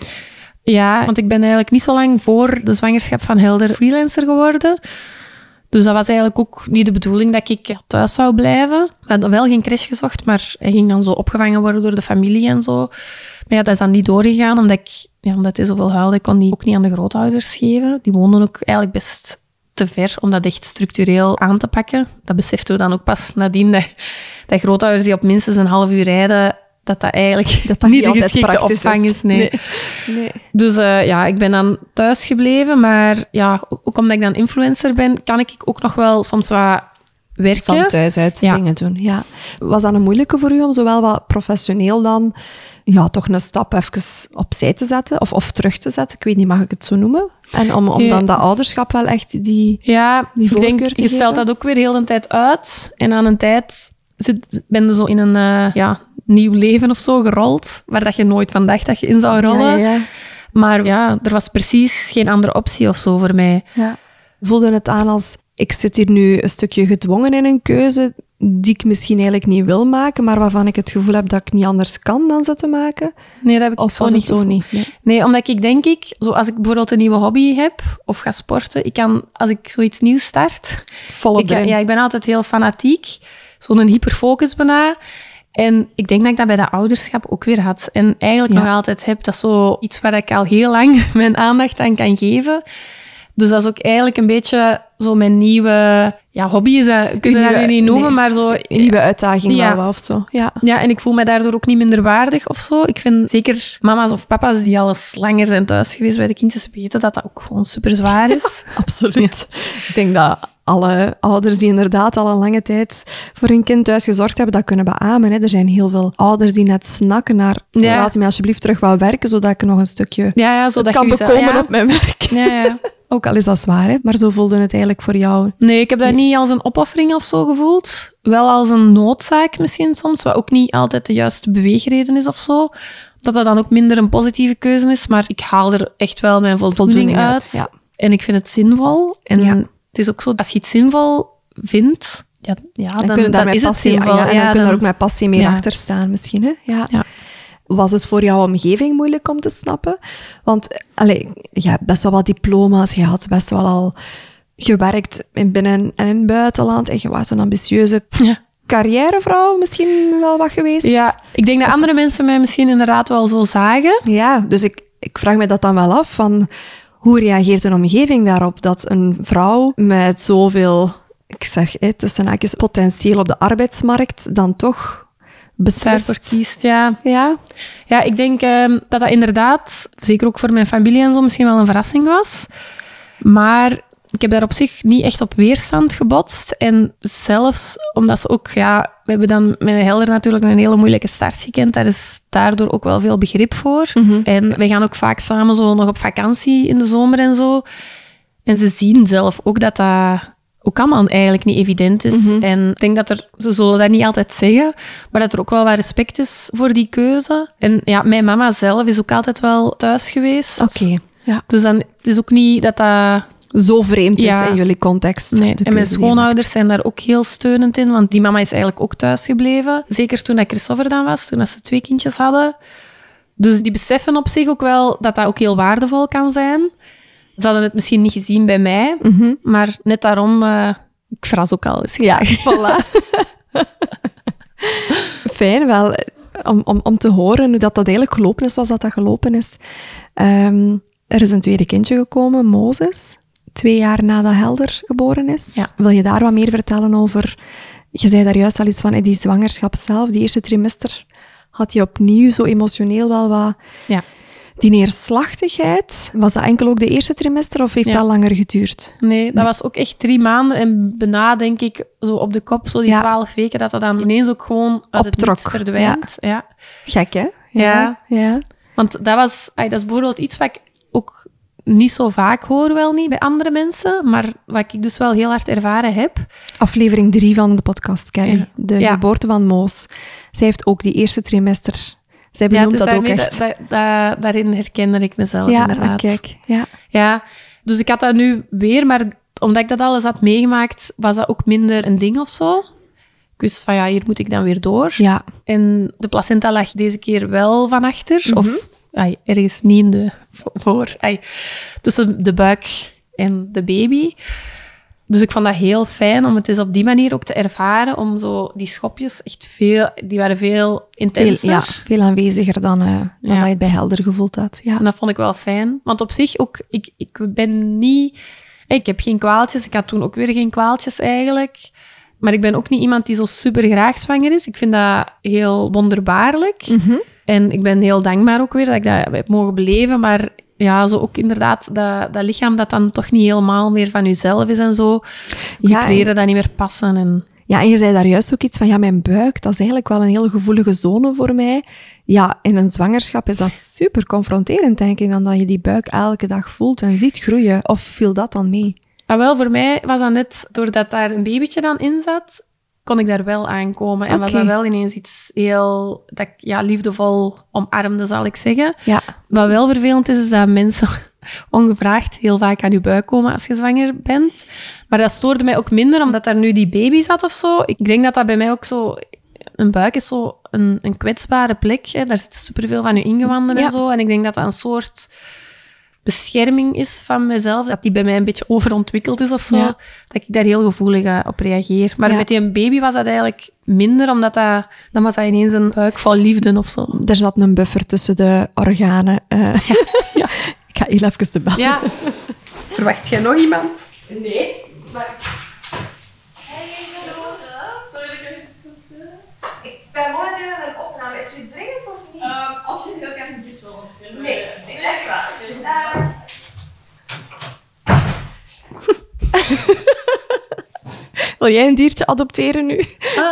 Ja, want ik ben eigenlijk niet zo lang voor de zwangerschap van Helder freelancer geworden. Dus dat was eigenlijk ook niet de bedoeling dat ik thuis zou blijven. We hadden wel geen crash gezocht, maar hij ging dan zo opgevangen worden door de familie en zo. Maar ja, dat is dan niet doorgegaan, omdat hij zoveel huilde. Ik kon die ook niet aan de grootouders geven. Die woonden ook eigenlijk best te ver om dat echt structureel aan te pakken. Dat beseften we dan ook pas nadien, dat grootouders die op minstens een half uur rijden, dat eigenlijk dat niet de geschikte opvang is. Nee. Dus ik ben dan thuis gebleven, maar ja, ook omdat ik dan influencer ben, kan ik ook nog wel soms wat werken. Van thuis uit dingen doen, ja. Was dat een moeilijke voor u om zowel wat professioneel dan toch een stap even opzij te zetten of terug te zetten? Ik weet niet, mag ik het zo noemen? En om dan dat ouderschap wel echt die voorkeur te geven? Je stelt dat ook weer heel de tijd uit. En aan een tijd ben je zo in een nieuw leven of zo gerold, waar dat je nooit van dacht dat je in zou rollen. Ja. Maar ja, er was precies geen andere optie of zo voor mij. Ja. Voelde het aan als, ik zit hier nu een stukje gedwongen in een keuze die ik misschien eigenlijk niet wil maken, maar waarvan ik het gevoel heb dat ik niet anders kan dan ze te maken? Nee, dat heb ik zo niet. Nee, omdat ik denk als ik bijvoorbeeld een nieuwe hobby heb of ga sporten, ik kan, als ik zoiets nieuws start, volop erin. Ik ben altijd heel fanatiek, zo'n hyperfocus bijna. En ik denk dat ik dat bij dat ouderschap ook weer had. En eigenlijk nog altijd heb. Dat is zo iets waar ik al heel lang mijn aandacht aan kan geven. Dus dat is ook eigenlijk een beetje zo mijn nieuwe hobby. Is dat, kun je dat niet noemen, maar zo... Een nieuwe uitdaging wel of zo. Ja, en ik voel me daardoor ook niet minder waardig of zo. Ik vind zeker mama's of papa's die al eens langer zijn thuis geweest bij de kindjes weten dat dat ook gewoon super zwaar is. Absoluut. Ja. Ik denk dat alle ouders die inderdaad al een lange tijd voor hun kind thuis gezorgd hebben, dat kunnen beamen. Hè. Er zijn heel veel ouders die net snakken naar laat me alsjeblieft terug wat werken, zodat ik nog een stukje zodat kan bekomen op mijn werk. Ja. Ook al is dat zwaar, hè? Maar zo voelde het eigenlijk voor jou. Nee, ik heb dat niet als een opoffering of zo gevoeld. Wel als een noodzaak misschien soms, wat ook niet altijd de juiste beweegreden is of zo. Dat dan ook minder een positieve keuze is, maar ik haal er echt wel mijn voldoening uit. Ja. En ik vind het zinvol. En het is ook zo, als je iets zinvol vindt, dan is het zinvol. En dan kun je daar ook met passie meer achter staan misschien. Hè? Ja. Was het voor jouw omgeving moeilijk om te snappen? Want je hebt best wel wat diploma's, je had best wel al gewerkt in binnen- en in het buitenland en je was een ambitieuze carrièrevrouw misschien wel wat geweest. Ja, ik denk dat andere mensen mij misschien inderdaad wel zo zagen. Ja, dus ik vraag me dat dan wel af van hoe reageert een omgeving daarop dat een vrouw met zoveel, ik zeg tussen haakjes, potentieel op de arbeidsmarkt dan toch daarvoor kiest, ja. Ja, ik denk dat inderdaad, zeker ook voor mijn familie en zo, misschien wel een verrassing was. Maar ik heb daar op zich niet echt op weerstand gebotst. En zelfs omdat ze ook, we hebben dan met Helder natuurlijk een hele moeilijke start gekend. Daar is daardoor ook wel veel begrip voor. Mm-hmm. En wij gaan ook vaak samen zo nog op vakantie in de zomer en zo. En ze zien zelf ook dat ook allemaal eigenlijk niet evident is. En ik denk dat we zullen dat niet altijd zeggen, maar dat er ook wel wat respect is voor die keuze. En ja, mijn mama zelf is ook altijd wel thuis geweest. Oké. Ja. Dus dan, het is ook niet dat dat... Zo vreemd is in jullie context. Nee. En mijn schoonouders zijn daar ook heel steunend in, want die mama is eigenlijk ook thuis gebleven. Zeker toen ik Christopher dan was, toen ze 2 kindjes hadden. Dus die beseffen op zich ook wel dat dat ook heel waardevol kan zijn. Ze hadden het misschien niet gezien bij mij, maar net daarom... ik verras ook al eens. Ja, voilà. Fijn wel, om te horen hoe dat eigenlijk gelopen is, zoals dat gelopen is. Er is een tweede kindje gekomen, Mozes, 2 jaar nadat Helder geboren is. Ja. Wil je daar wat meer vertellen over... Je zei daar juist al iets van, die zwangerschap zelf, die eerste trimester, had je opnieuw zo emotioneel wel wat... Ja. Die neerslachtigheid, was dat enkel ook de eerste trimester of heeft dat langer geduurd? Nee, dat was ook echt 3 maanden en bijna, denk ik, zo op de kop, zo die 12 weken, dat dan ineens ook gewoon uit het niets verdwijnt. Ja. Gek, hè? Ja. Ja. Want dat is bijvoorbeeld iets wat ik ook niet zo vaak hoor, wel niet, bij andere mensen, maar wat ik dus wel heel hard ervaren heb. Aflevering 3 van de podcast, Kelly. De geboorte van Moos. Zij heeft ook die eerste trimester... Zij benoemt dat ook echt. Daarin herkende ik mezelf, inderdaad. Kijk. Ja, dus ik had dat nu weer, maar omdat ik dat alles had meegemaakt, was dat ook minder een ding of zo. Ik wist van, hier moet ik dan weer door. Ja. En de placenta lag deze keer wel van achter, of ergens niet in de voor. Tussen de buik en de baby. Dus ik vond dat heel fijn om het eens op die manier ook te ervaren, om zo die schopjes echt die waren veel intenser. Veel aanweziger dan dat je het bij Helder gevoeld had. Ja. En dat vond ik wel fijn. Want op zich ook, ik ben niet... Ik heb geen kwaaltjes, ik had toen ook weer geen kwaaltjes eigenlijk. Maar ik ben ook niet iemand die zo super graag zwanger is. Ik vind dat heel wonderbaarlijk. En ik ben heel dankbaar ook weer dat ik dat heb mogen beleven, maar... Ja, zo ook inderdaad dat lichaam dat dan toch niet helemaal meer van jezelf is en zo. Je kleren dat niet meer passen. En je zei daar juist ook iets van, mijn buik, dat is eigenlijk wel een heel gevoelige zone voor mij. Ja, in een zwangerschap is dat super confronterend, denk ik, dan dat je die buik elke dag voelt en ziet groeien. Of viel dat dan mee? Wel, voor mij was dat net, doordat daar een babytje dan in zat, kon ik daar wel aankomen. En was dat wel ineens iets heel... dat ik liefdevol omarmde, zal ik zeggen. Ja. Wat wel vervelend is dat mensen ongevraagd heel vaak aan je buik komen als je zwanger bent. Maar dat stoorde mij ook minder, omdat daar nu die baby zat of zo. Ik denk dat dat bij mij ook zo... Een buik is zo een kwetsbare plek. Hè. Daar zitten superveel van je ingewanden en zo. En ik denk dat dat een soort... bescherming is van mezelf, dat die bij mij een beetje overontwikkeld is of zo, dat ik daar heel gevoelig op reageer. Maar met die baby was dat eigenlijk minder, omdat dan was dat ineens een buik vol liefde of zo. Er zat een buffer tussen de organen. Ja. Ik ga heel even de bel. Ja. Verwacht jij nog iemand? Nee, maar... Ik ben momenteel aan een opname. Is er iets dringends of niet? Als je heel graag een biertje wil. Nee, ik leg wel. Wil jij een diertje adopteren nu?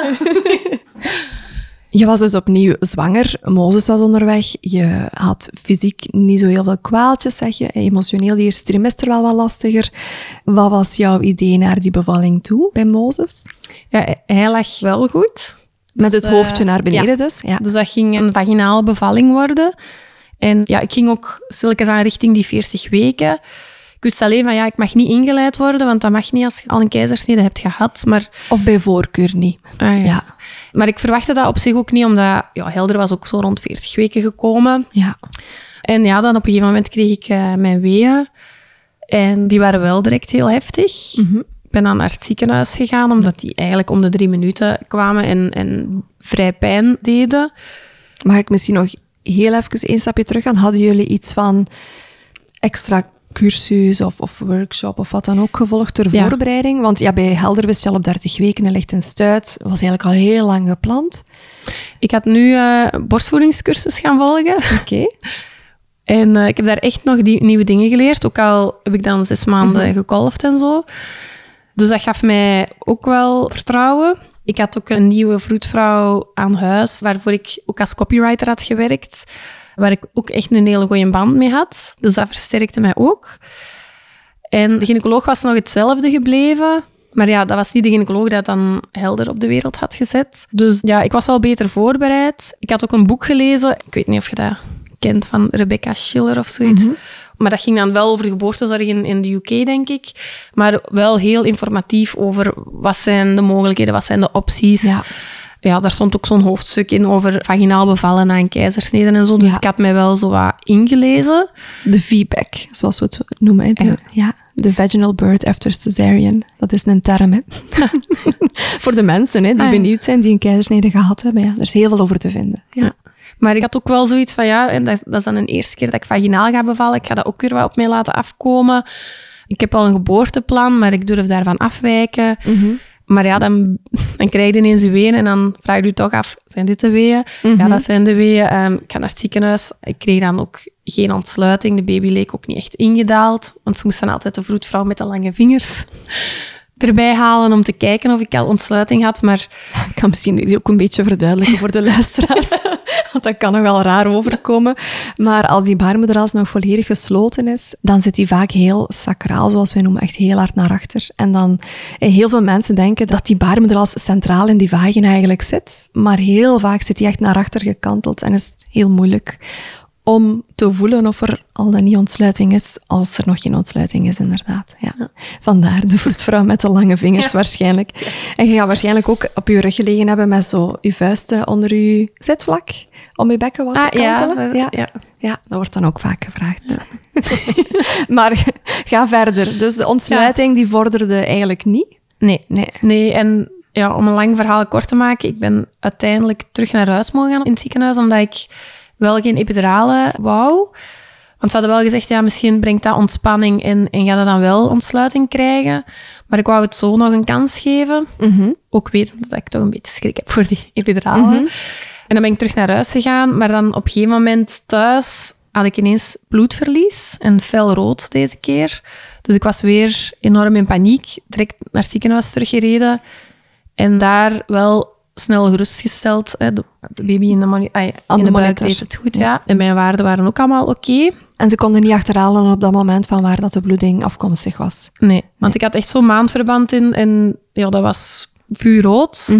Je was dus opnieuw zwanger. Mozes was onderweg. Je had fysiek niet zo heel veel kwaaltjes, zeg je. Emotioneel die eerste trimester wel wat lastiger. Wat was jouw idee naar die bevalling toe bij Mozes? Ja, hij lag wel goed. Met het hoofdje naar beneden dus? Ja. Dus dat ging een vaginale bevalling worden. En ik ging ook stilletjes aan richting die 40 weken. Ik wist alleen van, ik mag niet ingeleid worden, want dat mag niet als je al een keizersnede hebt gehad. Maar... Of bij voorkeur niet. Ja. Maar ik verwachtte dat op zich ook niet, omdat Helder was ook zo rond 40 weken gekomen. Ja. En dan op een gegeven moment kreeg ik mijn weeën. En die waren wel direct heel heftig. Ik ben dan naar het ziekenhuis gegaan, omdat die eigenlijk om de 3 minuten kwamen en vrij pijn deden. Mag ik misschien nog heel even een stapje terug gaan? Hadden jullie iets van extra cursus of workshop of wat dan ook gevolgd ter voorbereiding? Want bij Helder wist je al op 30 weken en ligt een stuit. Was eigenlijk al heel lang gepland. Ik had nu borstvoedingscursus gaan volgen. Oké. En ik heb daar echt nog nieuwe dingen geleerd. Ook al heb ik dan 6 maanden gekolfd en zo. Dus dat gaf mij ook wel vertrouwen. Ik had ook een nieuwe vroedvrouw aan huis, waarvoor ik ook als copywriter had gewerkt. Waar ik ook echt een hele goede band mee had. Dus dat versterkte mij ook. En de gynaecoloog was nog hetzelfde gebleven. Maar ja, dat was niet de gynaecoloog dat dan Helder op de wereld had gezet. Dus ja, ik was wel beter voorbereid. Ik had ook een boek gelezen. Ik weet niet of je dat kent, van Rebecca Schiller of zoiets. Mhm. Maar dat ging dan wel over de geboortezorg in de UK, denk ik. Maar wel heel informatief over wat zijn de mogelijkheden, wat zijn de opties. Ja. Ja, daar stond ook zo'n hoofdstuk in over vaginaal bevallen na een keizersnede en zo. Dus Ja. ik had mij wel zo wat ingelezen. De VBAC, zoals we het noemen. Hè. De vaginal birth after cesarean. Dat is een term, hè. Voor de mensen hè, die benieuwd zijn, die een keizersnede gehad hebben. Ja, er is heel veel over te vinden. Ja. Maar ik had ook wel zoiets van, ja, en dat is dan een eerste keer dat ik vaginaal ga bevallen. Ik ga dat ook weer wat op mij laten afkomen. Ik heb al een geboorteplan, maar ik durf daarvan afwijken. Maar ja, dan krijg je ineens je weeën en dan vraag je je toch af, zijn dit de weeën? Ja, dat zijn de weeën. Ik ga naar het ziekenhuis. Ik kreeg dan ook geen ontsluiting. De baby leek ook niet echt ingedaald, want ze moesten altijd de vroedvrouw met de lange vingers erbij halen om te kijken of ik al ontsluiting had. Maar Ik kan misschien hier ook een beetje verduidelijken voor de luisteraars. Want dat kan nog wel raar overkomen. Maar als die baarmoederhals nog volledig gesloten is, dan zit die vaak heel sacraal, zoals wij noemen, echt heel hard naar achter. En dan, heel veel mensen denken dat die baarmoederhals centraal in die vagina eigenlijk zit. Maar heel vaak zit die echt naar achter gekanteld en is het heel moeilijk om te voelen of er al dan niet ontsluiting is, als er nog geen ontsluiting is, inderdaad. Ja. Vandaar de vroedvrouw met de lange vingers waarschijnlijk. En je gaat waarschijnlijk ook op je rug gelegen hebben met zo je vuisten onder je zitvlak, om je bekken wat te kantelen. Ja, dat wordt dan ook vaak gevraagd. Ja. Maar ga verder. Dus de ontsluiting die vorderde eigenlijk niet? Nee. En ja, om een lang verhaal kort te maken, ik ben uiteindelijk terug naar huis mogen gaan in het ziekenhuis, omdat ik wel geen epidurale wou. Want ze hadden wel gezegd, ja, misschien brengt dat ontspanning en ga je dan wel ontsluiting krijgen. Maar ik wou het zo nog een kans geven. Ook weten dat ik toch een beetje schrik heb voor die epidurale. En dan ben ik terug naar huis gegaan. Maar dan op een gegeven moment thuis had ik ineens bloedverlies. En fel rood deze keer. Dus ik was weer enorm in paniek. Direct naar het ziekenhuis teruggereden. En daar wel snel gerustgesteld. De baby in de buik deed het goed. Ja. En mijn waarden waren ook allemaal oké. En ze konden niet achterhalen op dat moment van waar dat de bloeding afkomstig was? Nee, want ik had echt zo'n maandverband in. En ja, dat was vuurrood.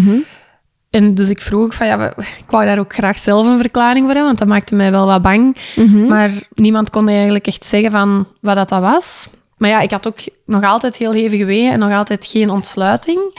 En dus ik vroeg van, ja, ik wou daar ook graag zelf een verklaring voor hebben, want dat maakte mij wel wat bang. Maar niemand kon eigenlijk echt zeggen van wat dat was. Maar ja, ik had ook nog altijd heel hevige weeën en nog altijd geen ontsluiting.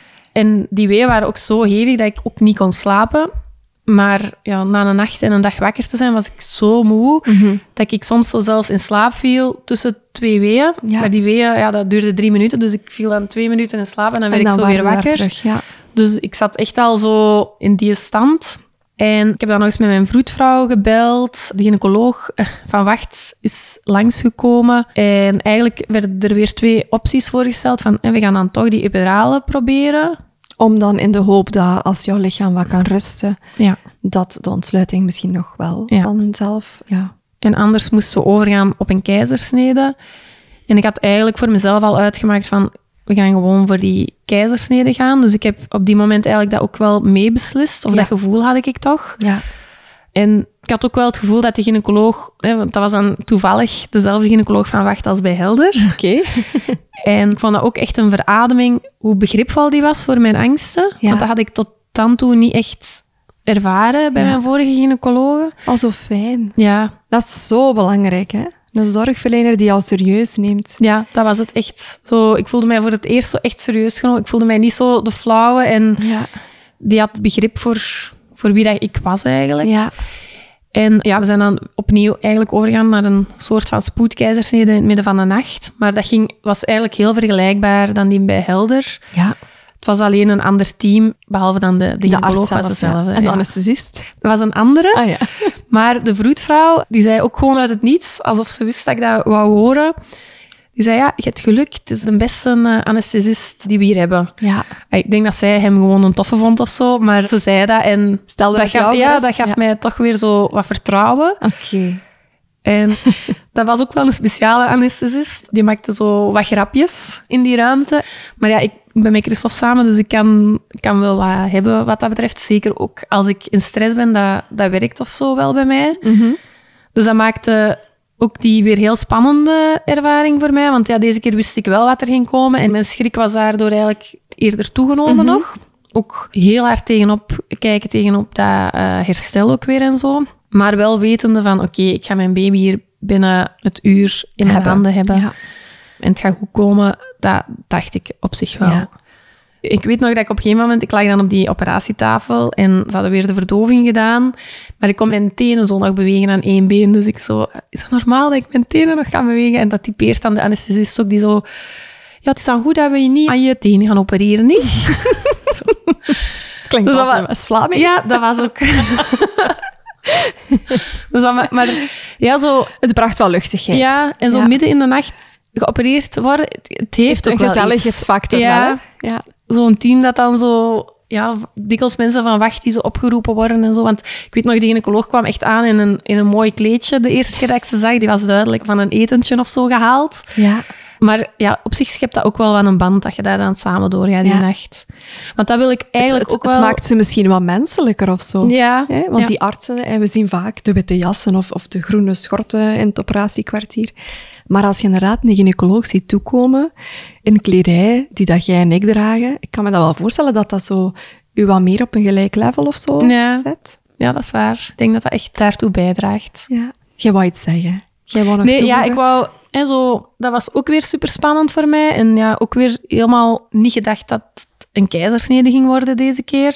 En die weeën waren ook zo hevig dat ik ook niet kon slapen. Maar ja, na een nacht en een dag wakker te zijn, was ik zo moe dat ik soms zo zelfs in slaap viel tussen 2 weeën. Ja. Maar die weeën, ja, dat duurde 3 minuten, dus ik viel dan 2 minuten in slaap en dan werd ik zo weer wakker. Terug, ja. Dus ik zat echt al zo in die stand. En ik heb dan nog eens met mijn vroedvrouw gebeld. De gynaecoloog van Wacht is langsgekomen. En eigenlijk werden er weer 2 opties voorgesteld. Van, we gaan dan toch die epidurale proberen. Om dan in de hoop dat als jouw lichaam wat kan rusten, dat de ontsluiting misschien nog wel vanzelf... Ja. En anders moesten we overgaan op een keizersnede. En ik had eigenlijk voor mezelf al uitgemaakt van... We gaan gewoon voor die keizersnede gaan. Dus ik heb op die moment eigenlijk dat ook wel meebeslist. Of dat gevoel had ik toch. Ja. En ik had ook wel het gevoel dat de gynaecoloog... want dat was dan toevallig dezelfde gynaecoloog van Wacht als bij Helder. Oké. En ik vond dat ook echt een verademing, hoe begripvol die was voor mijn angsten. Ja. Want dat had ik tot dan toe niet echt ervaren bij mijn vorige gynaecologen. Oh, zo fijn. Ja. Dat is zo belangrijk, hè? Een zorgverlener die jou serieus neemt. Ja, dat was het echt. Zo, ik voelde mij voor het eerst zo echt serieus genomen. Ik voelde mij niet zo de flauwe. En die had begrip voor wie dat ik was eigenlijk. Ja. En ja, we zijn dan opnieuw eigenlijk overgegaan naar een soort van spoedkeizersnede in het midden van de nacht. Maar dat was eigenlijk heel vergelijkbaar dan die bij Helder. Ja. Het was alleen een ander team, behalve dan de gynaecoloog was hetzelfde. En de anesthesist? Dat was een andere. Ah, ja. Maar de vroedvrouw, die zei ook gewoon uit het niets, alsof ze wist dat ik dat wou horen. Die zei, ja, je hebt geluk, het is de beste anesthesist die we hier hebben. Ja. Ik denk dat zij hem gewoon een toffe vond of zo, maar ze zei dat en dat gaf mij toch weer zo wat vertrouwen. Oké. En dat was ook wel een speciale anesthesist. Die maakte zo wat grapjes in die ruimte. Maar ja, ik ben met Christophe samen, dus ik kan wel wat hebben wat dat betreft. Zeker ook als ik in stress ben, dat werkt of zo wel bij mij. Dus dat maakte ook die weer heel spannende ervaring voor mij. Want ja, deze keer wist ik wel wat er ging komen. En mijn schrik was daardoor eigenlijk eerder toegenomen nog. Ook heel hard tegenop dat herstel ook weer en zo. Maar wel wetende van, oké, ik ga mijn baby hier binnen het uur in mijn handen hebben. Ja. En het gaat goed komen, dat dacht ik op zich wel. Ja. Ik weet nog dat ik op een gegeven moment... Ik lag dan op die operatietafel en ze hadden weer de verdoving gedaan. Maar ik kon mijn tenen zo nog bewegen aan één been. Dus ik zo... Is het normaal dat ik mijn tenen nog kan bewegen? En dat typeert dan de anesthesist ook, die zo... Ja, het is dan goed dat we je niet aan je tenen gaan opereren, niet? Klinkt dus als West-Vlaming. Ja, dat was ook... dus dat, maar ja, zo... Het bracht wel luchtigheid. Ja, en zo midden in de nacht geopereerd worden, het heeft ook een gezelligheidsfactor. Ja, ja. Zo'n team dat dan zo... Ja, dikwijls mensen van wacht die zo opgeroepen worden en zo. Want ik weet nog, de gynaecoloog kwam echt aan in een mooi kleedje de eerste keer dat ik ze zag. Die was duidelijk van een etentje of zo gehaald. Ja. Maar ja, op zich schept dat ook wel van een band dat je daar dan samen doorgaat die nacht. Want dat wil ik eigenlijk ook wel... Het maakt ze misschien wat menselijker of zo. Ja. Want die artsen, en we zien vaak de witte jassen of de groene schorten in het operatiekwartier. Maar als je inderdaad een gynaecoloog ziet toekomen in kledij die dat jij en ik dragen, ik kan me dat wel voorstellen dat dat zo u wat meer op een gelijk level of zo zet. Ja, dat is waar. Ik denk dat dat echt daartoe bijdraagt. Ja. Jij wou iets zeggen? Jij wou nog toevoegen? Ja, ik wou... En zo, dat was ook weer super spannend voor mij. En ja, ook weer helemaal niet gedacht dat het een keizersnede ging worden deze keer.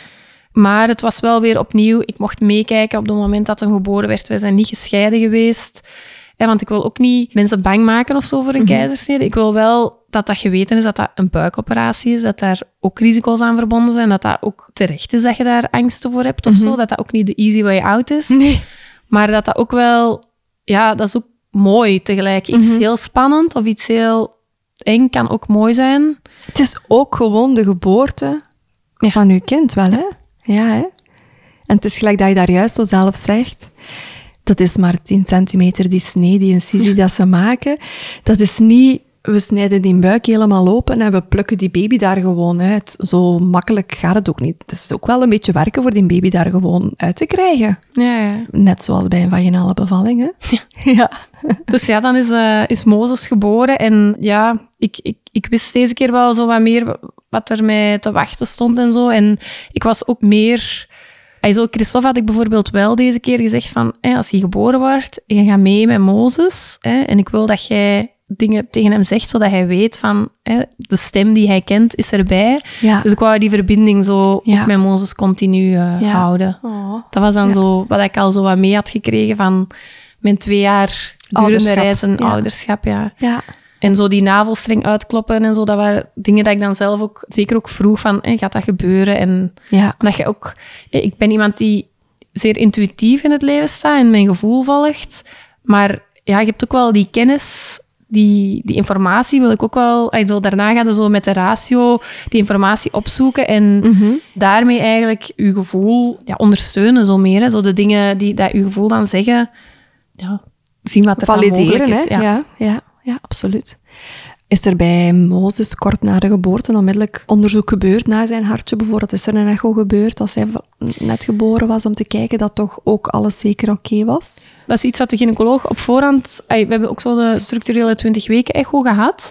Maar het was wel weer opnieuw... Ik mocht meekijken op het moment dat hij geboren werd. Wij zijn niet gescheiden geweest. Want ik wil ook niet mensen bang maken of zo voor een keizersnede. Ik wil wel dat geweten is dat dat een buikoperatie is. Dat daar ook risico's aan verbonden zijn. Dat dat ook terecht is dat je daar angsten voor hebt of zo. Dat dat ook niet de easy way out is. Nee. Maar dat dat ook wel... Ja, dat is ook mooi tegelijk. Iets heel spannend of iets heel eng kan ook mooi zijn. Het is ook gewoon de geboorte van uw kind wel, hè? Ja, hè? En het is gelijk dat je daar juist zo zelf zegt. Dat is maar 10 centimeter, die snee, die incisie dat ze maken. Dat is niet... We snijden die buik helemaal open en we plukken die baby daar gewoon uit. Zo makkelijk gaat het ook niet. Het is ook wel een beetje werken voor die baby daar gewoon uit te krijgen. Ja. Net zoals bij een vaginale bevalling, hè? Ja. Dus ja, dan is Mozes geboren. En ja, ik wist deze keer wel zo wat meer wat er mij te wachten stond en zo. En ik was ook meer... Christophe had ik bijvoorbeeld wel deze keer gezegd van... als hij geboren wordt, je gaat mee met Mozes. En ik wil dat jij dingen tegen hem zegt, zodat hij weet van... de stem die hij kent, is erbij. Ja. Dus ik wou die verbinding zo ook met Mozes continu houden. Oh. Dat was dan zo wat ik al zo wat mee had gekregen van mijn 2 jaar durende reis en ouderschap. Ja. En zo die navelstreng uitkloppen en zo, dat waren dingen dat ik dan zelf ook zeker ook vroeg van, gaat dat gebeuren? En omdat je ook... Ik ben iemand die zeer intuïtief in het leven staat en mijn gevoel volgt. Maar ja, je hebt ook wel die kennis, die informatie wil ik ook wel... Daarna ga je zo met de ratio die informatie opzoeken en daarmee eigenlijk je gevoel ondersteunen zo meer. Hè. Zo de dingen die dat je gevoel dan zeggen, zien wat er dan mogelijk is. Ja, absoluut. Is er bij Mozes kort na de geboorte onmiddellijk onderzoek gebeurd naar zijn hartje bijvoorbeeld? Is er een echo gebeurd als hij net geboren was om te kijken dat toch ook alles zeker oké was? Dat is iets wat de gynaecoloog op voorhand... We hebben ook zo de structurele 20 weken echo gehad.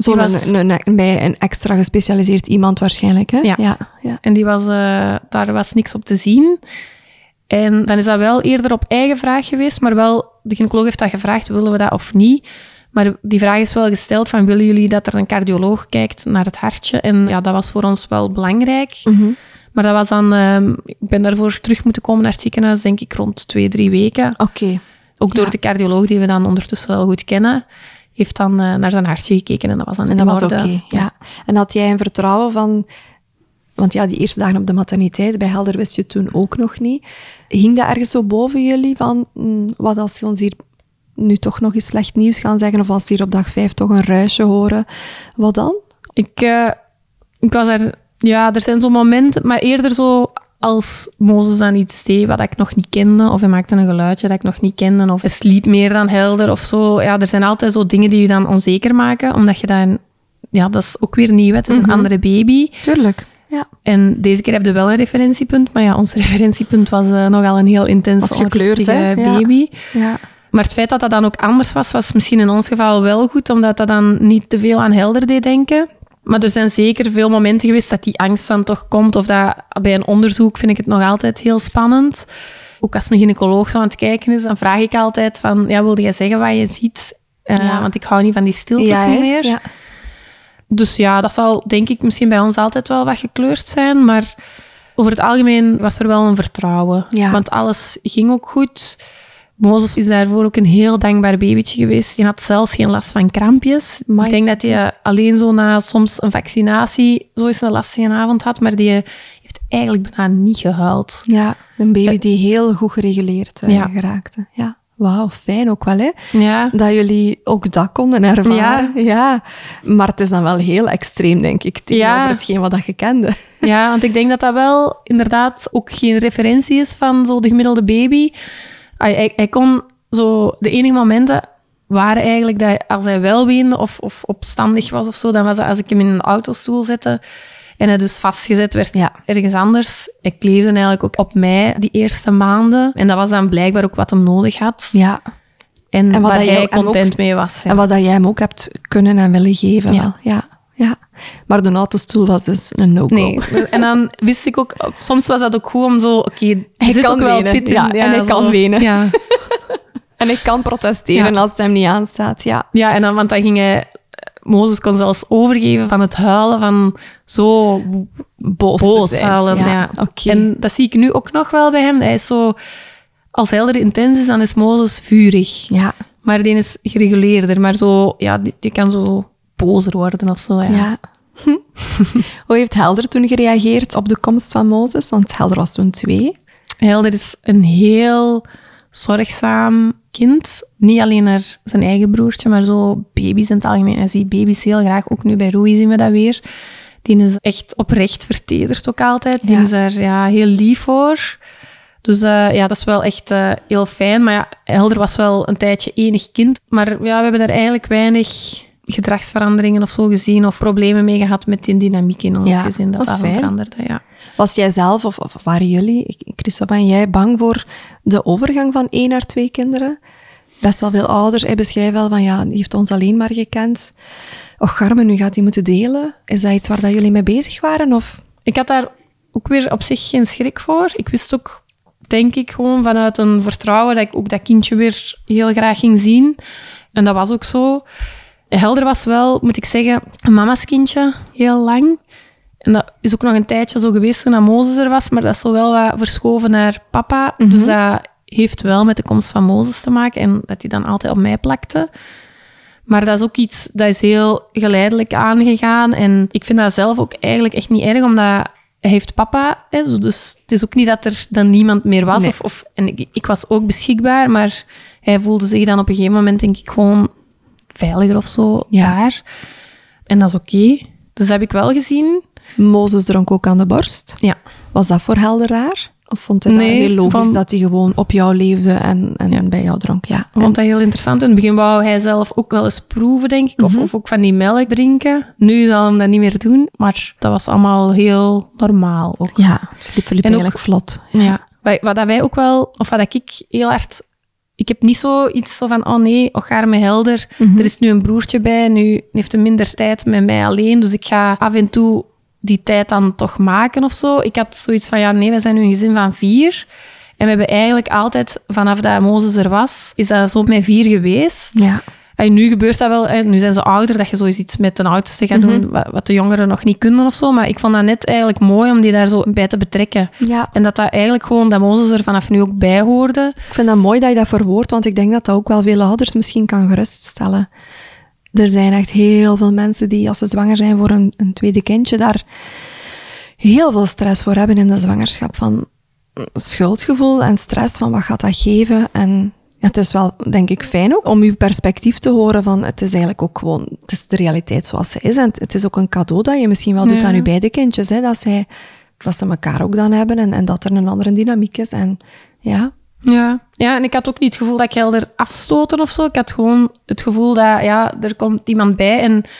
Bij een extra gespecialiseerd iemand waarschijnlijk, hè? Ja. En daar was niks op te zien. En dan is dat wel eerder op eigen vraag geweest, maar wel, de gynaecoloog heeft dat gevraagd, willen we dat of niet? Maar die vraag is wel gesteld van, willen jullie dat er een cardioloog kijkt naar het hartje? En ja, dat was voor ons wel belangrijk. Maar dat was dan... ik ben daarvoor terug moeten komen naar het ziekenhuis, denk ik, rond 2-3 weken. Oké. Ook door de cardioloog, die we dan ondertussen wel goed kennen, heeft dan naar zijn hartje gekeken en dat was dan in orde. Oké. Ja. En had jij een vertrouwen van... Want ja, die eerste dagen op de materniteit, bij Helder wist je toen ook nog niet. Hing dat ergens zo boven jullie van, wat als ze ons hier nu toch nog eens slecht nieuws gaan zeggen, of als ze hier op dag 5 toch een ruisje horen, wat dan? Ik was er... Ja, er zijn zo'n momenten, maar eerder zo als Mozes dan iets deed wat ik nog niet kende, of hij maakte een geluidje dat ik nog niet kende, of hij sliep meer dan helder, of zo. Ja, er zijn altijd zo dingen die je dan onzeker maken, omdat je dan... Ja, dat is ook weer nieuw, het is een andere baby. Tuurlijk. Ja. En deze keer heb je wel een referentiepunt, maar ja, ons referentiepunt was nogal een heel intens, onrustige baby. Ja. Maar het feit dat dat dan ook anders was misschien in ons geval wel goed, omdat dat dan niet te veel aan Helder deed denken. Maar er zijn zeker veel momenten geweest dat die angst dan toch komt. Of dat bij een onderzoek vind ik het nog altijd heel spannend. Ook als een gynaecoloog zo aan het kijken is, dan vraag ik altijd van, ja, wilde jij zeggen wat je ziet? Want ik hou niet van die stiltes meer. Ja. Dus ja, dat zal denk ik misschien bij ons altijd wel wat gekleurd zijn. Maar over het algemeen was er wel een vertrouwen. Ja. Want alles ging ook goed. Mozes is daarvoor ook een heel dankbaar babytje geweest. Die had zelfs geen last van krampjes. Ik denk dat hij alleen zo na soms een vaccinatie zo eens een lastige avond had, maar die heeft eigenlijk bijna niet gehuild. Ja, een baby die heel goed gereguleerd geraakte. Ja. Wauw, fijn ook wel, hè? Ja. Dat jullie ook dat konden ervaren. Ja. Maar het is dan wel heel extreem, denk ik, tegenover hetgeen wat dat je kende. Ja, want ik denk dat dat wel inderdaad ook geen referentie is van zo de gemiddelde baby. Hij kon zo... De enige momenten waren eigenlijk dat als hij wel weende of opstandig was of zo, dan was het als ik hem in een autostoel zette en hij dus vastgezet werd ergens anders. Hij kleefde eigenlijk ook op mij die eerste maanden. En dat was dan blijkbaar ook wat hem nodig had. Ja. En waar hij content mee was. Ja. En wat dat jij hem ook hebt kunnen en willen geven. Ja. Wel. Ja. Maar de autostoel was dus een no-go. Nee. En dan wist ik ook... Soms was dat ook goed om zo... Oké, hij zit ook wel pit in. Ja, en hij kan wenen. Ja. En hij kan protesteren als het hem niet aanstaat. Ja, en dan, want dan ging hij... Mozes kon zelfs overgeven van het huilen, van zo boos huilen. Ja. Okay. En dat zie ik nu ook nog wel bij hem. Hij is zo... Als Helder intens is, dan is Mozes vurig. Ja. Maar die is gereguleerder. Maar zo... Ja, die kan zo bozer worden of zo. Ja. Hoe heeft Helder toen gereageerd op de komst van Mozes? Want Helder was toen 2. Helder is een heel zorgzaam kind. Niet alleen naar zijn eigen broertje, maar zo baby's in het algemeen. Hij ziet baby's heel graag. Ook nu bij Roei zien we dat weer. Die is echt oprecht vertederd ook altijd. Die is daar heel lief voor. Dus dat is wel echt heel fijn. Maar ja, Helder was wel een tijdje enig kind. Maar ja, we hebben daar eigenlijk weinig gedragsveranderingen of zo gezien of problemen mee gehad met die dynamiek in ons gezin. Dat veranderde, ja. Was jij zelf of waren jullie, Christophe en jij, bang voor de overgang van 1 naar 2 kinderen? Best wel veel ouders beschrijven wel van, die heeft ons alleen maar gekend. Och, Carmen, nu gaat hij moeten delen. Is dat iets waar dat jullie mee bezig waren? Of? Ik had daar ook weer op zich geen schrik voor. Ik wist ook, denk ik, gewoon vanuit een vertrouwen dat ik ook dat kindje weer heel graag ging zien. En dat was ook zo. Helder was wel, moet ik zeggen, een mama's kindje, heel lang. En dat is ook nog een tijdje zo geweest toen Mozes er was, maar dat is zo wel wat verschoven naar papa. Mm-hmm. Dus dat heeft wel met de komst van Mozes te maken en dat hij dan altijd op mij plakte. Maar dat is ook iets dat is heel geleidelijk aangegaan. En ik vind dat zelf ook eigenlijk echt niet erg, omdat hij heeft papa. Hè, dus het is ook niet dat er dan niemand meer was. Nee. En ik was ook beschikbaar, maar hij voelde zich dan op een gegeven moment, denk ik, gewoon veiliger of zo daar. En dat is oké. Dus dat heb ik wel gezien. Mozes dronk ook aan de borst. Ja. Was dat voor Helder raar? Of vond hij dat heel logisch dat hij gewoon op jou leefde en bij jou dronk? Ja. Ik vond dat heel interessant. In het begin wou hij zelf ook wel eens proeven, denk ik. Mm-hmm. Of ook van die melk drinken. Nu zal hij dat niet meer doen. Maar dat was allemaal heel normaal ook. Ja, dus liep Philippe eigenlijk vlot. Ja. Wat wij ook wel... Of wat ik heel hard... Ik heb niet zoiets zo van, oh nee, ga met Helder. Mm-hmm. Er is nu een broertje bij. Nu heeft hij minder tijd met mij alleen. Dus ik ga af en toe die tijd dan toch maken of zo. Ik had zoiets van, nee, we zijn nu een gezin van 4. En we hebben eigenlijk altijd, vanaf dat Mozes er was, is dat zo met 4 geweest. Ja. En nu gebeurt dat wel. Nu zijn ze ouder, dat je zoiets met de oudste gaat doen, wat de jongeren nog niet kunnen of zo. Maar ik vond dat net eigenlijk mooi om die daar zo bij te betrekken. Ja. En dat eigenlijk gewoon, dat Mozes er vanaf nu ook bij hoorde. Ik vind dat mooi dat je dat verwoordt, want ik denk dat dat ook wel veel ouders misschien kan geruststellen. Er zijn echt heel veel mensen die, als ze zwanger zijn voor een tweede kindje, daar heel veel stress voor hebben in de zwangerschap. Van schuldgevoel en stress van wat gaat dat geven. En het is wel, denk ik, fijn ook om uw perspectief te horen van het is eigenlijk ook gewoon, het is de realiteit zoals ze is. En het is ook een cadeau dat je misschien wel doet aan uw beide kindjes. Hè, dat ze elkaar ook dan hebben en dat er een andere dynamiek is. En ja... Ja, en ik had ook niet het gevoel dat ik Helder afstoten of zo. Ik had gewoon het gevoel dat, er komt iemand bij.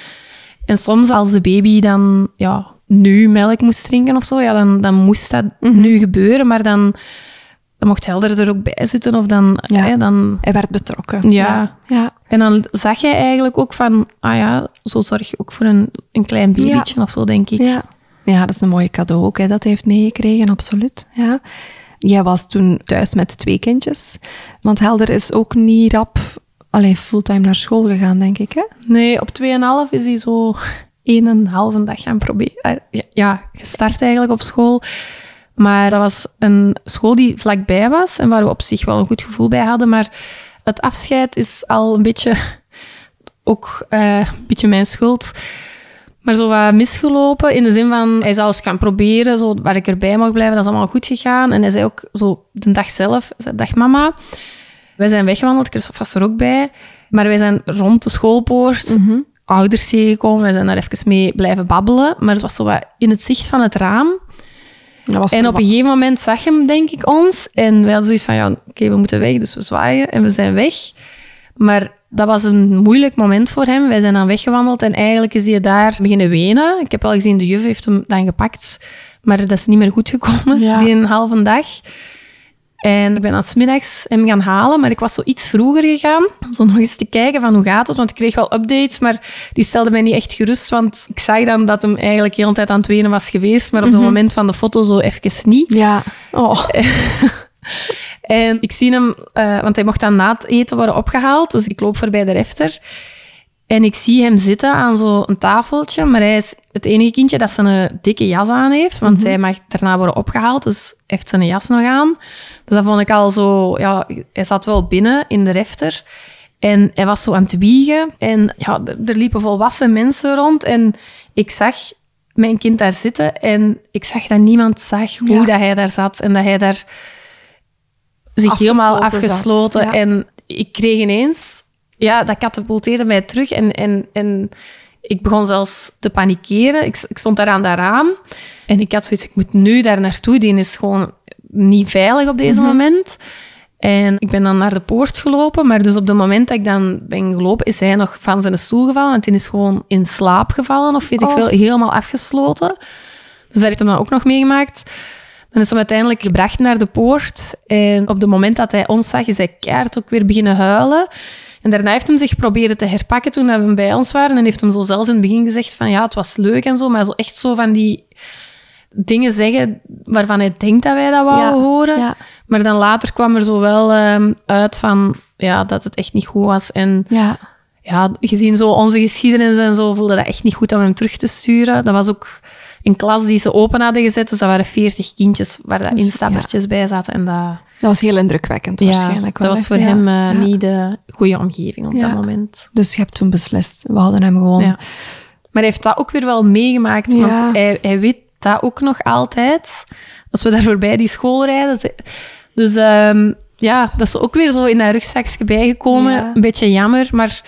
En soms als de baby dan, nu melk moest drinken of zo, dan moest dat nu gebeuren. Maar dan mocht Helder er ook bij zitten. Of dan, dan... Hij werd betrokken. Ja. En dan zag jij eigenlijk ook van... zo zorg je ook voor een klein babytje of zo, denk ik. Ja, dat is een mooi cadeau ook, dat hij heeft meegekregen, absoluut. Ja. Jij was toen thuis met 2 kindjes. Want Helder is ook niet rap fulltime naar school gegaan, denk ik, hè? Nee, op 2,5 is hij zo 1,5 dag gaan proberen. Gestart eigenlijk op school. Maar dat was een school die vlakbij was en waar we op zich wel een goed gevoel bij hadden. Maar het afscheid is al een beetje... ook een beetje mijn schuld. Maar zo wat misgelopen, in de zin van... Hij zou eens gaan proberen, zo, waar ik erbij mag blijven. Dat is allemaal goed gegaan. En hij zei ook zo de dag zelf... Dag mama, wij zijn weggewandeld. Christophe was er ook bij. Maar wij zijn rond de schoolpoort... ouders tegengekomen. Wij zijn daar even mee blijven babbelen. Maar het was zo wat in het zicht van het raam. En op een gegeven moment zag hem, denk ik, ons. En wij hadden zoiets van, oké, we moeten weg. Dus we zwaaien en we zijn weg. Maar dat was een moeilijk moment voor hem. Wij zijn dan weggewandeld en eigenlijk is hij daar beginnen wenen. Ik heb al gezien, de juf heeft hem dan gepakt. Maar dat is niet meer goed gekomen, die een halve dag. En ik ben dan 's middags hem gaan halen, maar ik was zo iets vroeger gegaan. Om zo nog eens te kijken van hoe gaat het, want ik kreeg wel updates, maar die stelden mij niet echt gerust, want ik zag dan dat hem eigenlijk de hele tijd aan het wenen was geweest, maar op het moment van de foto zo even niet. Ja. Oh. En ik zie hem, want hij mocht dan na het eten worden opgehaald, dus ik loop voorbij de refter. En ik zie hem zitten aan zo'n tafeltje, maar hij is het enige kindje dat zijn dikke jas aan heeft, want hij mag daarna worden opgehaald, dus hij heeft zijn jas nog aan. Dus dat vond ik al zo... Ja, hij zat wel binnen in de refter en hij was zo aan het wiegen. En er liepen volwassen mensen rond en ik zag mijn kind daar zitten en ik zag dat niemand zag hoe dat hij daar zat en dat hij daar zich helemaal afgesloten. Ja. En ik kreeg ineens... Ja, dat katapulteerde mij terug en ik begon zelfs te panikeren. Ik stond daar aan dat raam en ik had zoiets, ik moet nu daar naartoe. Die is gewoon niet veilig op deze moment. En ik ben dan naar de poort gelopen, maar dus op het moment dat ik dan ben gelopen, is hij nog van zijn stoel gevallen, want hij is gewoon in slaap gevallen, of weet ik veel, helemaal afgesloten. Dus dat heeft hem dan ook nog meegemaakt. Dan is hij uiteindelijk gebracht naar de poort en op het moment dat hij ons zag, is hij keihard ook weer beginnen huilen. En daarna heeft hij zich proberen te herpakken toen we bij ons waren. En heeft hem zo zelfs in het begin gezegd van het was leuk en zo. Maar zo echt zo van die dingen zeggen waarvan hij denkt dat wij dat wouden horen. Ja. Maar dan later kwam er zo wel uit van dat het echt niet goed was. En gezien zo onze geschiedenis en zo, voelde dat echt niet goed om hem terug te sturen. Dat was ook een klas die ze open hadden gezet. Dus dat waren 40 kindjes waar dat instappertjes bij zaten. En dat was heel indrukwekkend waarschijnlijk. Dat was voor hem niet de goede omgeving op dat moment. Dus je hebt toen beslist, we hadden hem gewoon... Ja. Maar hij heeft dat ook weer wel meegemaakt, want hij weet dat ook nog altijd. Als we daar voorbij die school rijden. Dus dat is ook weer zo in dat rugzakje bijgekomen. Ja. Een beetje jammer, maar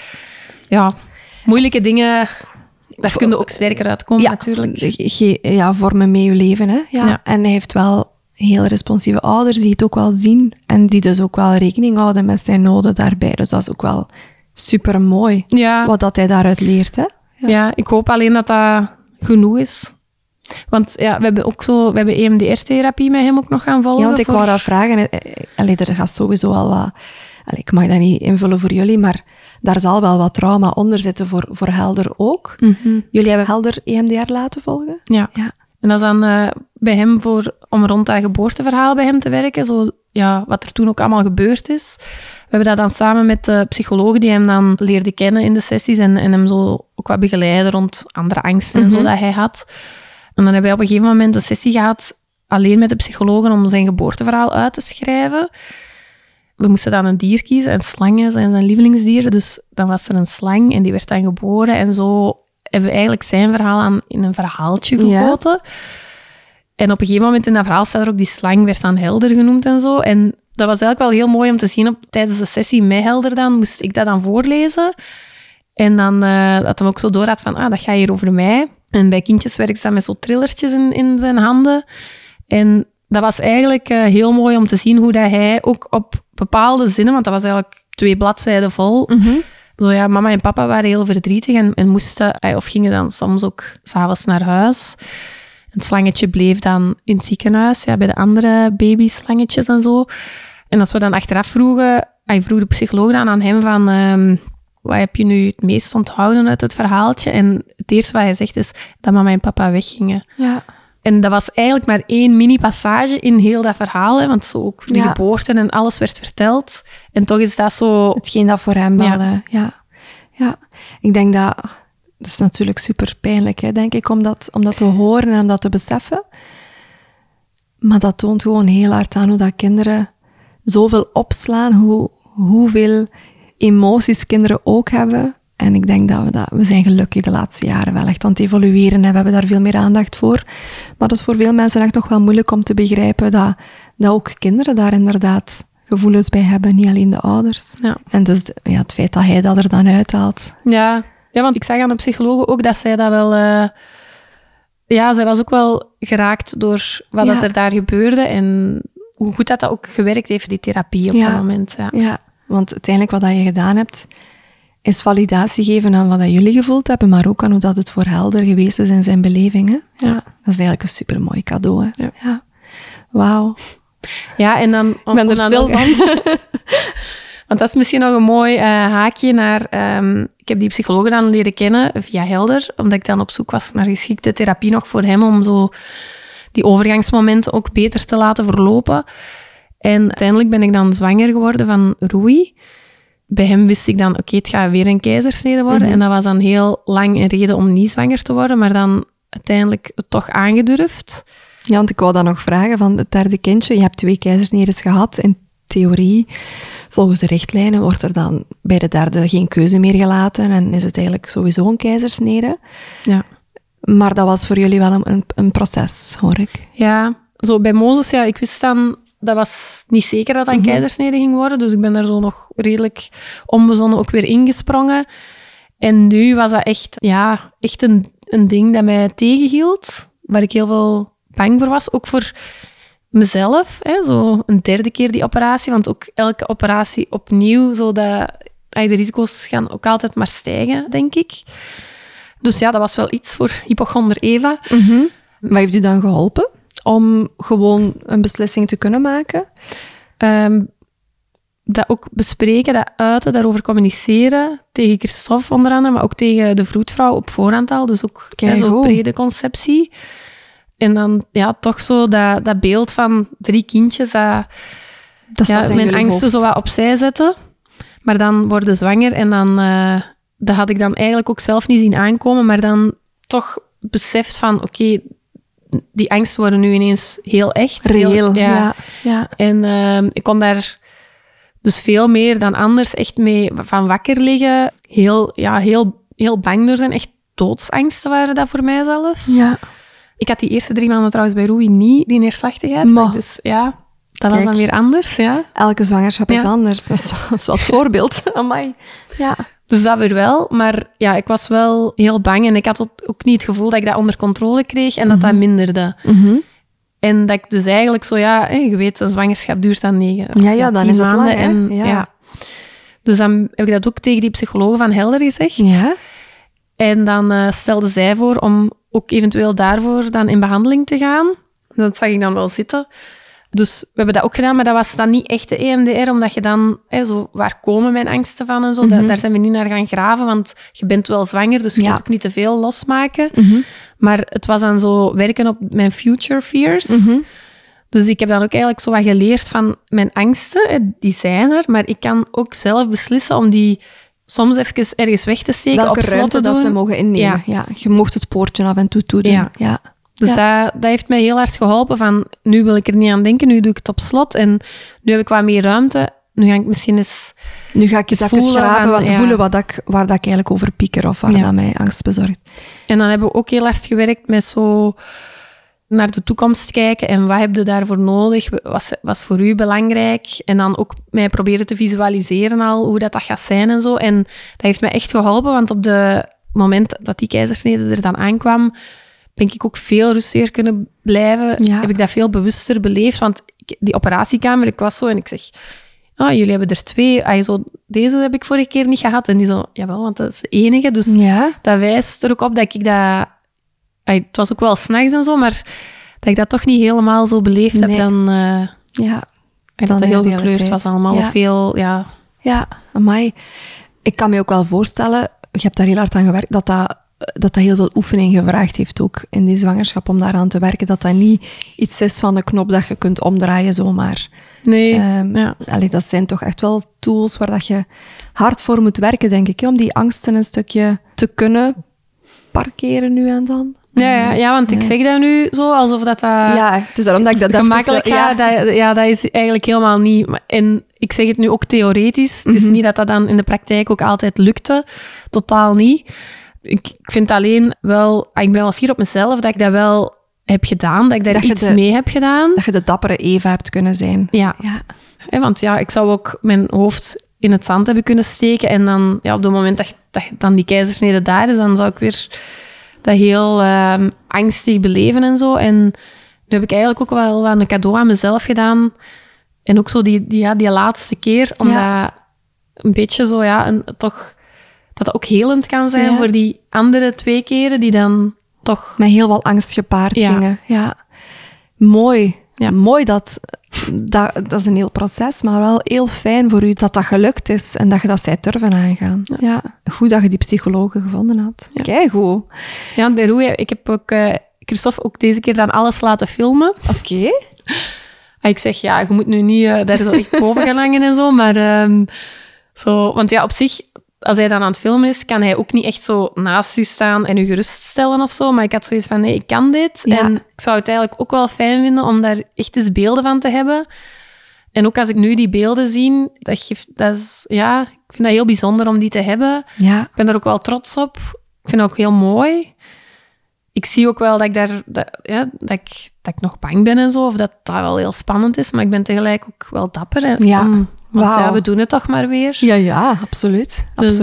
moeilijke dingen... Daar kun je ook sterker uitkomen, natuurlijk. Vormen mee je leven, hè. Ja. En hij heeft wel heel responsieve ouders die het ook wel zien en die dus ook wel rekening houden met zijn noden daarbij. Dus dat is ook wel super mooi wat dat hij daaruit leert, hè. Ja, ik hoop alleen dat dat genoeg is. Want we hebben ook we hebben EMDR-therapie met hem ook nog gaan volgen. Ja, want ik wou dat vragen. Er gaat sowieso wel wat... ik mag dat niet invullen voor jullie, maar daar zal wel wat trauma onder zitten voor Helder ook. Mm-hmm. Jullie hebben Helder EMDR laten volgen? Ja. En dat is dan bij hem om rond dat geboorteverhaal bij hem te werken. Zo, wat er toen ook allemaal gebeurd is. We hebben dat dan samen met de psychologen die hem dan leerde kennen in de sessies en hem zo ook wat begeleiden rond andere angsten en zo dat hij had. En dan hebben wij op een gegeven moment een sessie gehad alleen met de psychologen om zijn geboorteverhaal uit te schrijven. We moesten dan een dier kiezen en slangen zijn zijn lievelingsdieren. Dus dan was er een slang en die werd dan geboren. En zo hebben we eigenlijk zijn verhaal in een verhaaltje gegoten. Ja. En op een gegeven moment in dat verhaal staat er ook die slang werd dan Helder genoemd en zo. En dat was eigenlijk wel heel mooi om te zien. Tijdens de sessie met Helder dan moest ik dat dan voorlezen. En dan dat hij ook zo door had van, dat gaat hier over mij. En bij kindjes werkt ze dan met zo trillertjes in zijn handen. En dat was eigenlijk heel mooi om te zien hoe dat hij ook op bepaalde zinnen, want dat was eigenlijk 2 bladzijden vol. Mm-hmm. Zo mama en papa waren heel verdrietig en moesten, of gingen dan soms ook 's avonds naar huis. Het slangetje bleef dan in het ziekenhuis, bij de andere babyslangetjes en zo. En als we dan achteraf vroegen, vroeg de psycholoog dan aan hem van... wat heb je nu het meest onthouden uit het verhaaltje? En het eerste wat hij zegt is dat mama en papa weggingen. Ja. En dat was eigenlijk maar 1 mini-passage in heel dat verhaal, hè, want zo ook de geboorte en alles werd verteld. En toch is dat zo... Hetgeen dat voor hem wel... Ja. Ik denk dat... Dat is natuurlijk super pijnlijk, hè, denk ik, om dat te horen en om dat te beseffen. Maar dat toont gewoon heel hard aan hoe dat kinderen zoveel opslaan, hoeveel emoties kinderen ook hebben. En ik denk dat we zijn gelukkig de laatste jaren wel echt aan het evolueren en we hebben daar veel meer aandacht voor. Maar dat is voor veel mensen echt nog wel moeilijk om te begrijpen dat ook kinderen daar inderdaad gevoelens bij hebben, niet alleen de ouders. Ja. En dus het feit dat hij dat er dan uithaalt. Ja, want ik zag aan de psychologen ook dat zij dat wel... zij was ook wel geraakt door wat dat er daar gebeurde en hoe goed dat ook gewerkt heeft, die therapie op dat moment. Ja, want uiteindelijk wat je gedaan hebt, is validatie geven aan wat dat jullie gevoeld hebben, maar ook aan hoe dat het voor Helder geweest is in zijn belevingen. Ja, dat is eigenlijk een supermooi cadeau. Hè? Ja. Wauw. Ja, en dan... Ik ben er stil van. Want dat is misschien nog een mooi haakje naar... ik heb die psycholoog dan leren kennen via Helder, omdat ik dan op zoek was naar geschikte therapie nog voor hem, om zo die overgangsmomenten ook beter te laten verlopen. En uiteindelijk ben ik dan zwanger geworden van Rui. Bij hem wist ik dan, het gaat weer een keizersnede worden. En dat was dan heel lang een reden om niet zwanger te worden, maar dan uiteindelijk het toch aangedurfd. Ja, want ik wou dan nog vragen van het derde kindje. Je hebt 2 keizersnedes gehad. In theorie, volgens de richtlijnen, wordt er dan bij de derde geen keuze meer gelaten en is het eigenlijk sowieso een keizersnede. Ja. Maar dat was voor jullie wel een proces, hoor ik. Ja, zo bij Mozes, ik wist dan... Dat was niet zeker dat dat een keizersnede ging worden, dus ik ben er zo nog redelijk onbezonnen ook weer ingesprongen. En nu was dat echt een ding dat mij tegenhield, waar ik heel veel bang voor was. Ook voor mezelf, zo een 3e keer die operatie, want ook elke operatie opnieuw, zodat de risico's gaan ook altijd maar stijgen, denk ik. Dus dat was wel iets voor hypochonder Eva. Wat heeft u dan geholpen om gewoon een beslissing te kunnen maken? Dat ook bespreken, dat uiten, daarover communiceren. Tegen Christophe onder andere, maar ook tegen de vroedvrouw op voorhand al. Dus ook zo'n brede conceptie. En dan toch zo dat beeld van 3 kindjes, dat mijn angsten zo wat opzij zetten. Maar dan worden zwanger en dan... dat had ik dan eigenlijk ook zelf niet zien aankomen, maar dan toch beseft van, die angsten worden nu ineens heel echt. Reëel, ja. En ik kon daar dus veel meer dan anders echt mee van wakker liggen. Heel bang door zijn. Echt doodsangsten waren dat voor mij zelfs. Ja. Ik had die eerste 3 maanden trouwens bij Rui niet, die neerslachtigheid. Dus dat was dan weer anders. Ja. Elke zwangerschap is anders. Dat is wat voorbeeld. Amai. Ja. Dus dat weer wel, maar ik was wel heel bang en ik had ook niet het gevoel dat ik dat onder controle kreeg en dat minderde. En dat ik dus eigenlijk zo, je weet, een zwangerschap duurt dan 9 dan is het lang, hè? Dus dan heb ik dat ook tegen die psycholoog van Helder gezegd. Ja. En dan stelde zij voor om ook eventueel daarvoor dan in behandeling te gaan. Dat zag ik dan wel zitten. Dus we hebben dat ook gedaan, maar dat was dan niet echt de EMDR, omdat je dan, zo, waar komen mijn angsten van en zo, daar zijn we niet naar gaan graven, want je bent wel zwanger, dus je kunt ook niet te veel losmaken. Maar het was dan zo werken op mijn future fears. Dus ik heb dan ook eigenlijk zo wat geleerd van mijn angsten, die zijn er, maar ik kan ook zelf beslissen om die soms even ergens weg te steken, welke op slot ruimte te doen. Dat ze mogen innemen. Ja. Je mocht het poortje af en toe toedoen. Ja. Dus dat heeft mij heel hard geholpen van, nu wil ik er niet aan denken, nu doe ik het op slot en nu heb ik wat meer ruimte. Nu ga ik misschien eens Nu ga ik eens even graven, voelen waar dat ik eigenlijk over pieker of waar dat mij angst bezorgt. En dan hebben we ook heel hard gewerkt met zo naar de toekomst kijken en wat heb je daarvoor nodig, wat was voor u belangrijk en dan ook mij proberen te visualiseren al hoe dat gaat zijn en zo. En dat heeft mij echt geholpen, want op het moment dat die keizersnede er dan aankwam, ben ik ook veel rustiger kunnen blijven. Heb ik dat veel bewuster beleefd. Want die operatiekamer, ik was zo en ik zeg... jullie hebben er 2. Deze heb ik vorige keer niet gehad. En die zo, jawel, want dat is de enige. Dus dat wijst er ook op dat ik dat Het was ook wel 's nachts en zo, maar dat ik dat toch niet helemaal zo beleefd heb, dan... dat het heel gekleurd was allemaal. Of veel, Ja, amai. Ik kan me ook wel voorstellen, je hebt daar heel hard aan gewerkt, dat heel veel oefening gevraagd heeft ook in die zwangerschap om daaraan te werken. Dat niet iets is van een knop dat je kunt omdraaien zomaar. Nee, dat zijn toch echt wel tools waar dat je hard voor moet werken, denk ik, om die angsten een stukje te kunnen parkeren nu en dan. Ja, want ik zeg dat nu zo, alsof dat... Ja, het is daarom dat ik dat gemakkelijk ga. Dat is eigenlijk helemaal niet. En ik zeg het nu ook theoretisch. Het is niet dat dan in de praktijk ook altijd lukte. Totaal niet. Ik vind alleen wel... Ik ben wel fier op mezelf dat ik dat wel heb gedaan. Dat ik daar iets mee heb gedaan. Dat je de dappere Eva hebt kunnen zijn. Ja. Want ik zou ook mijn hoofd in het zand hebben kunnen steken. En dan, op het moment dat dan die keizersnede daar is, dan zou ik weer... dat heel angstig beleven en zo. En nu heb ik eigenlijk ook wel een cadeau aan mezelf gedaan. En ook zo die laatste keer, omdat een beetje zo, toch... dat het ook helend kan zijn voor die andere 2 keren die dan toch... Met heel veel angst gepaard gingen. Ja. Mooi. Ja. Mooi dat is een heel proces, maar wel heel fijn voor u dat gelukt is en dat je dat zij durven aangaan. Ja. Goed dat je die psychologe gevonden had. Ja. Keigoed. Ja, bij Roei, ik heb ook Christophe ook deze keer dan alles laten filmen. Oké. Ik zeg, je moet nu niet daar zo echt boven gaan hangen en zo, maar want op zich, als hij dan aan het filmen is, kan hij ook niet echt zo naast u staan en u geruststellen of zo. Maar ik had zoiets van, nee, ik kan dit. Ja. En ik zou het eigenlijk ook wel fijn vinden om daar echt eens beelden van te hebben. En ook als ik nu die beelden zie, ik vind dat heel bijzonder om die te hebben. Ja. Ik ben daar ook wel trots op. Ik vind dat ook heel mooi. Ik zie ook wel dat ik nog bang ben en zo, of dat wel heel spannend is. Maar ik ben tegelijk ook wel dapper. Want we doen het toch maar weer. Ja, absoluut. Dus,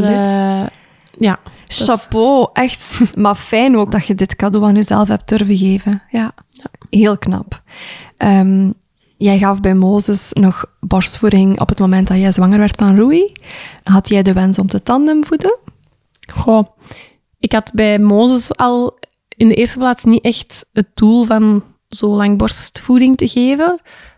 chapeau, echt. Maar fijn ook dat je dit cadeau aan jezelf hebt durven geven. Ja. Heel knap. Jij gaf bij Mozes nog borstvoeding op het moment dat jij zwanger werd van Roei. Had jij de wens om te tandemvoeden? Goh, ik had bij Mozes al in de eerste plaats niet echt het doel van zo lang borstvoeding te geven.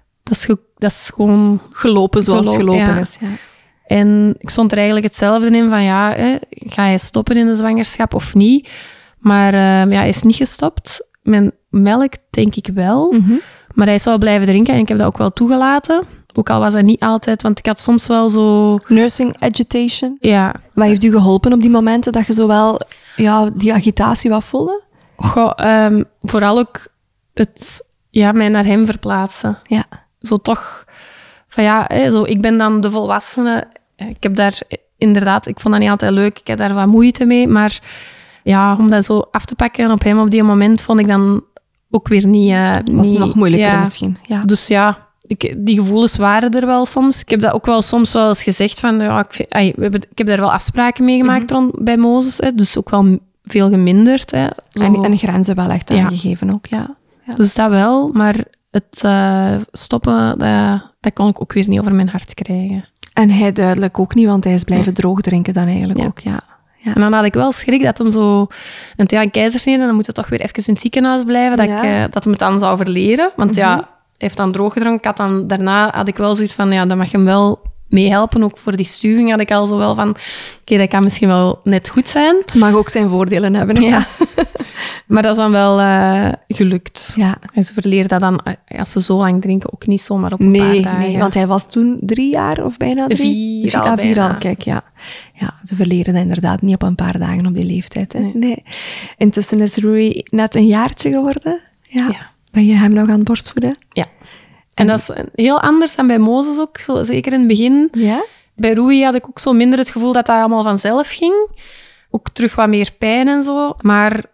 Dat is gewoon... Gelopen zoals het gelopen is. Ja. En ik stond er eigenlijk hetzelfde in van, ga je stoppen in de zwangerschap of niet? Maar hij is niet gestopt. Mijn melk denk ik wel. Mm-hmm. Maar hij is wel blijven drinken en ik heb dat ook wel toegelaten. Ook al was dat niet altijd, want ik had soms wel zo... Nursing agitation? Ja. Wat heeft u geholpen op die momenten dat je zo wel die agitatie wat voelde? Goh, vooral ook het mij naar hem verplaatsen. Ja. Zo toch... Van zo, ik ben dan de volwassene. Ik heb daar inderdaad... Ik vond dat niet altijd leuk. Ik heb daar wat moeite mee. Maar om dat zo af te pakken op hem op die moment vond ik dan ook weer niet... was nog moeilijker misschien. Ja. Dus die gevoelens waren er wel soms. Ik heb dat ook wel soms wel eens gezegd van... ik heb daar wel afspraken mee gemaakt rond bij Mozes. Dus ook wel veel geminderd. Hè. En grenzen wel echt aangegeven ook, ja. Dus dat wel, maar het stoppen, dat kon ik ook weer niet over mijn hart krijgen. En hij duidelijk ook niet, want hij is blijven droog drinken dan eigenlijk ook, ja. En dan had ik wel schrik dat hem zo... een keizersnede, dan moet hij toch weer even in het ziekenhuis blijven, dat hem het dan zou verleren. Want hij heeft dan droog gedronken. Daarna had ik wel zoiets van, dan mag je hem wel meehelpen. Ook voor die stuwing had ik al zo wel van... Oké, dat kan misschien wel net goed zijn. Het mag ook zijn voordelen hebben. Ja. Maar dat is dan wel gelukt. Ja. En ze verleert dat dan, als ze zo lang drinken, ook niet zomaar op een paar dagen. Nee, want hij was toen 3 jaar of bijna 3? 4 al, kijk, ja. Ja, ze verleren dat inderdaad niet op een paar dagen op die leeftijd. Hè. Nee. Intussen is Roei net een jaartje geworden. Ja. Ben je hem nog aan het borstvoeden? Ja. En dat is heel anders dan bij Mozes ook, zo, zeker in het begin. Ja? Bij Roei had ik ook zo minder het gevoel dat dat allemaal vanzelf ging. Ook terug wat meer pijn en zo. Maar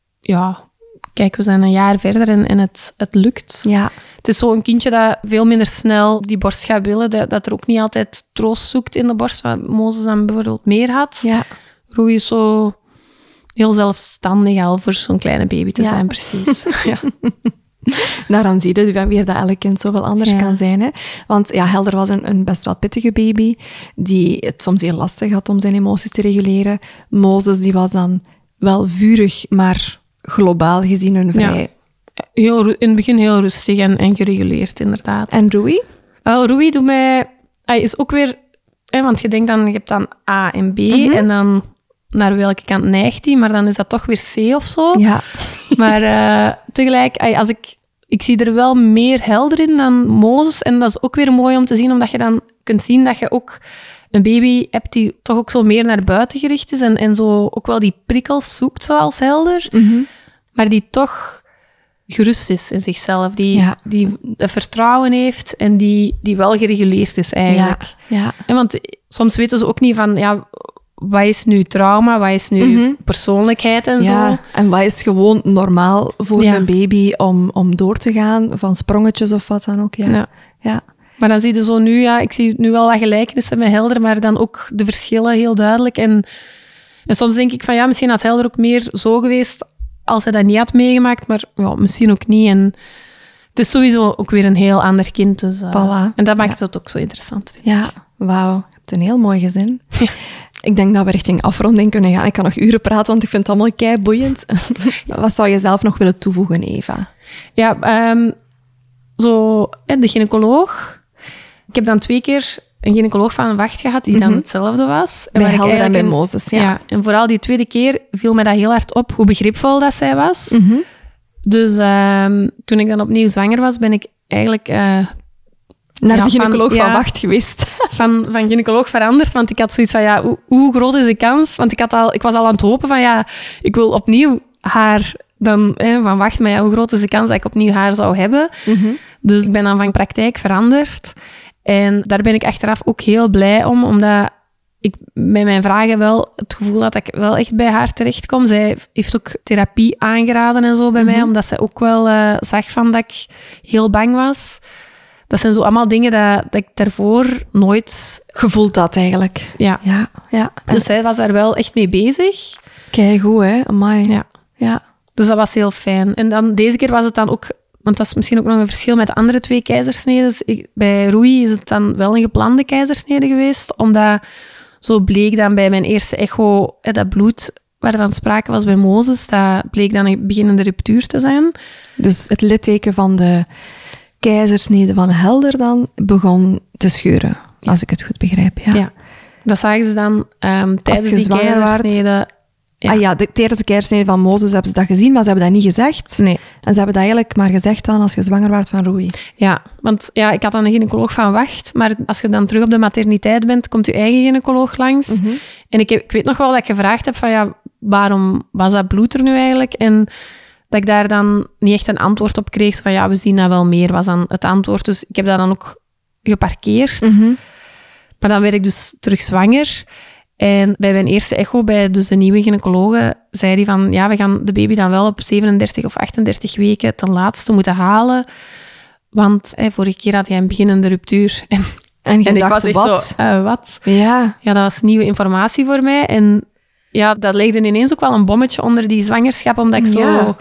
kijk, we zijn een jaar verder en het lukt. Ja. Het is zo'n kindje dat veel minder snel die borst gaat willen. Dat er ook niet altijd troost zoekt in de borst, wat Mozes dan bijvoorbeeld meer had. Ja. Roei is zo heel zelfstandig al voor zo'n kleine baby te zijn, precies. Ja. Daaraan zie je weer dat elk kind zoveel anders kan zijn. Hè? Want Helder was een best wel pittige baby, die het soms heel lastig had om zijn emoties te reguleren. Mozes, die was dan wel vurig, maar globaal gezien een vrij... In het begin heel rustig en gereguleerd, inderdaad. En Rui? Rui doet mij... Hij is ook weer... want je denkt dan, je hebt dan A en B, en dan naar welke kant neigt hij, maar dan is dat toch weer C of zo. Ja. Maar tegelijk, als ik zie er wel meer helder in dan Mozes, en dat is ook weer mooi om te zien, omdat je dan kunt zien dat je ook een baby hebt die toch ook zo meer naar buiten gericht is en zo ook wel die prikkels zoekt zoals Helder, maar die toch gerust is in zichzelf, die vertrouwen heeft en die wel gereguleerd is eigenlijk. Ja. En want soms weten ze ook niet van, wat is nu trauma, wat is nu persoonlijkheid en zo. En wat is gewoon normaal voor een baby om door te gaan, van sprongetjes of wat dan ook. Ja. Maar dan zie je zo nu, ik zie nu wel wat gelijkenissen met Helder, maar dan ook de verschillen heel duidelijk. En soms denk ik van, misschien had Helder ook meer zo geweest als hij dat niet had meegemaakt, maar misschien ook niet. En het is sowieso ook weer een heel ander kind. Dus, voilà. En dat maakt het ook zo interessant, vind ik. Ja, wauw. Je hebt een heel mooi gezin. Ik denk dat we richting afronding kunnen gaan. Ik kan nog uren praten, want ik vind het allemaal keiboeiend. Wat zou je zelf nog willen toevoegen, Eva? Ja, de gynaecoloog. Ik heb dan 2 keer een gynaecoloog van Wacht gehad, die dan hetzelfde was. En bij Helder en bij Mozes, ja. En vooral die tweede keer viel mij dat heel hard op, hoe begripvol dat zij was. Dus toen ik dan opnieuw zwanger was, ben ik eigenlijk... naar de gynaecoloog van Wacht geweest. Van gynaecoloog veranderd, want ik had zoiets van, hoe groot is de kans? Want ik was al aan het hopen van, ik wil opnieuw haar dan van Wacht, maar hoe groot is de kans dat ik opnieuw haar zou hebben? Dus ik ben dan van praktijk veranderd. En daar ben ik achteraf ook heel blij om, omdat ik met mijn vragen wel het gevoel had dat ik wel echt bij haar terecht kom. Zij heeft ook therapie aangeraden en zo bij mij, omdat zij ook wel zag van dat ik heel bang was. Dat zijn zo allemaal dingen dat ik daarvoor nooit... gevoeld had eigenlijk. Ja. Dus zij was daar wel echt mee bezig. Keigoed, hè? Amai. Ja. Dus dat was heel fijn. En dan deze keer was het dan ook... Want dat is misschien ook nog een verschil met de andere 2 keizersneden. Bij Rui is het dan wel een geplande keizersnede geweest, omdat zo bleek dan bij mijn eerste echo dat bloed waarvan sprake was bij Mozes, dat bleek dan een beginnende ruptuur te zijn. Dus het litteken van de keizersnede van Helder dan begon te scheuren, als ik het goed begrijp. Ja. Dat zagen ze dan tijdens die keizersnede. Tijdens de keizersnede van Mozes hebben ze dat gezien, maar ze hebben dat niet gezegd. Nee. En ze hebben dat eigenlijk maar gezegd dan als je zwanger werd van Rui. Ja, want ik had dan een gynaecoloog van Wacht, maar als je dan terug op de materniteit bent, komt je eigen gynaecoloog langs. En ik weet nog wel dat ik gevraagd heb van, waarom was dat bloed er nu eigenlijk? En dat ik daar dan niet echt een antwoord op kreeg. Zo van, we zien dat wel meer, was dan het antwoord. Dus ik heb dat dan ook geparkeerd. Maar dan werd ik dus terug zwanger. En bij mijn eerste echo, bij dus de nieuwe gynaecologe, zei hij van, we gaan de baby dan wel op 37 of 38 weken ten laatste moeten halen. Want vorige keer had hij een beginnende ruptuur. En je dacht, ik was echt zo, wat? Ja, dat was nieuwe informatie voor mij. En dat legde ineens ook wel een bommetje onder die zwangerschap, omdat ik zo... Ja.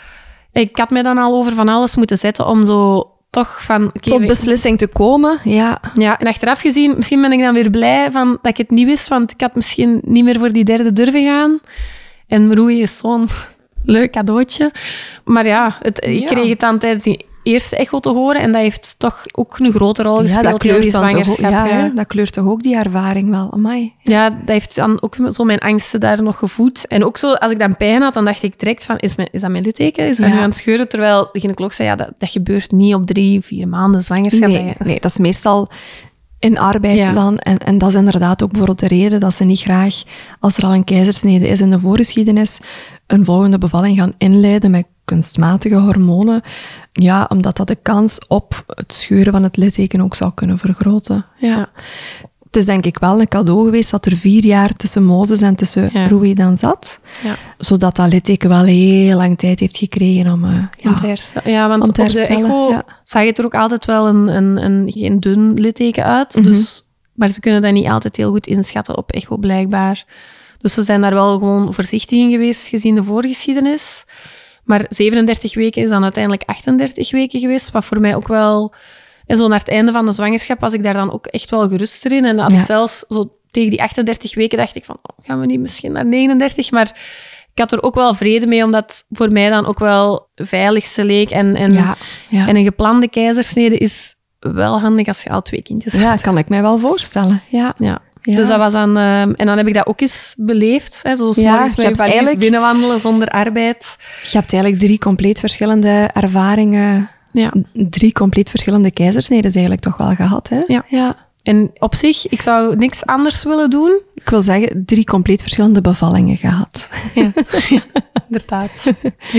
Ik had mij dan al over van alles moeten zetten om zo toch van... tot beslissing te komen, ja. Ja, en achteraf gezien, misschien ben ik dan weer blij dat ik het niet wist, want ik had misschien niet meer voor die 3e durven gaan. En Rui is zo'n leuk cadeautje. Maar ik kreeg het dan tijdens die eerste echo te horen en dat heeft toch ook een grote rol gespeeld in die zwangerschap. Dat kleurt toch ook die ervaring wel. Amai. Ja, dat heeft dan ook zo mijn angsten daar nog gevoed. En ook zo, als ik dan pijn had, dan dacht ik direct van, is dat mijn litteken? Is dat nu aan het scheuren? Terwijl de gynaecoloog zei, dat gebeurt niet op 3-4 maanden zwangerschap. Nee, dat is meestal in arbeid dan. En dat is inderdaad ook bijvoorbeeld de reden dat ze niet graag, als er al een keizersnede is in de voorgeschiedenis, een volgende bevalling gaan inleiden met kunstmatige hormonen. Ja, omdat dat de kans op het scheuren van het litteken ook zou kunnen vergroten. Ja. Het is denk ik wel een cadeau geweest dat er 4 jaar tussen Mozes en tussen Rui dan zat. Ja. Zodat dat litteken wel heel lang tijd heeft gekregen om te herstellen. Ja, want op de echo zag het er ook altijd wel geen dun litteken uit. Dus, maar ze kunnen dat niet altijd heel goed inschatten op echo, blijkbaar. Dus ze zijn daar wel gewoon voorzichtig in geweest, gezien de voorgeschiedenis. Maar 37 weken is dan uiteindelijk 38 weken geweest, wat voor mij ook wel... En zo naar het einde van de zwangerschap was ik daar dan ook echt wel geruster in. En had ik zelfs zo tegen die 38 weken dacht ik van, gaan we niet misschien naar 39? Maar ik had er ook wel vrede mee, omdat het voor mij dan ook wel het veiligste leek. En een geplande keizersnede is wel handig als je al 2 kindjes hebt. Ja, kan ik mij wel voorstellen. Ja. Dus dat was dan... en dan heb ik dat ook eens beleefd. Hè, zo 's morgens met je valies binnenwandelen zonder arbeid. Je hebt eigenlijk 3 compleet verschillende ervaringen. Ja. 3 compleet verschillende keizersneden eigenlijk toch wel gehad, hè? Ja. En op zich, ik zou niks anders willen doen. Ik wil zeggen, 3 compleet verschillende bevallingen gehad. Ja, inderdaad.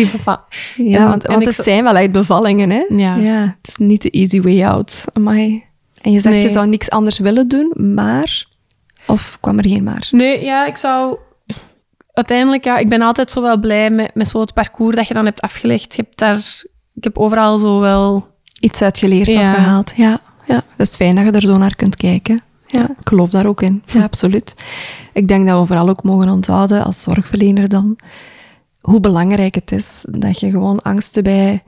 Want het zijn wel echt bevallingen, hè? Ja. Het is niet de easy way out. Amai. En je zegt, je zou niks anders willen doen, maar... Of kwam er geen maar? Nee, ja, ik zou... Uiteindelijk, ik ben altijd zo wel blij met zo het parcours dat je dan hebt afgelegd. Ik heb overal zo wel... Iets uitgeleerd of gehaald, ja. Dat is fijn dat je er zo naar kunt kijken. Ja, ik geloof daar ook in. Ja, absoluut. Ik denk dat we vooral ook mogen onthouden, als zorgverlener dan, hoe belangrijk het is dat je gewoon angsten bij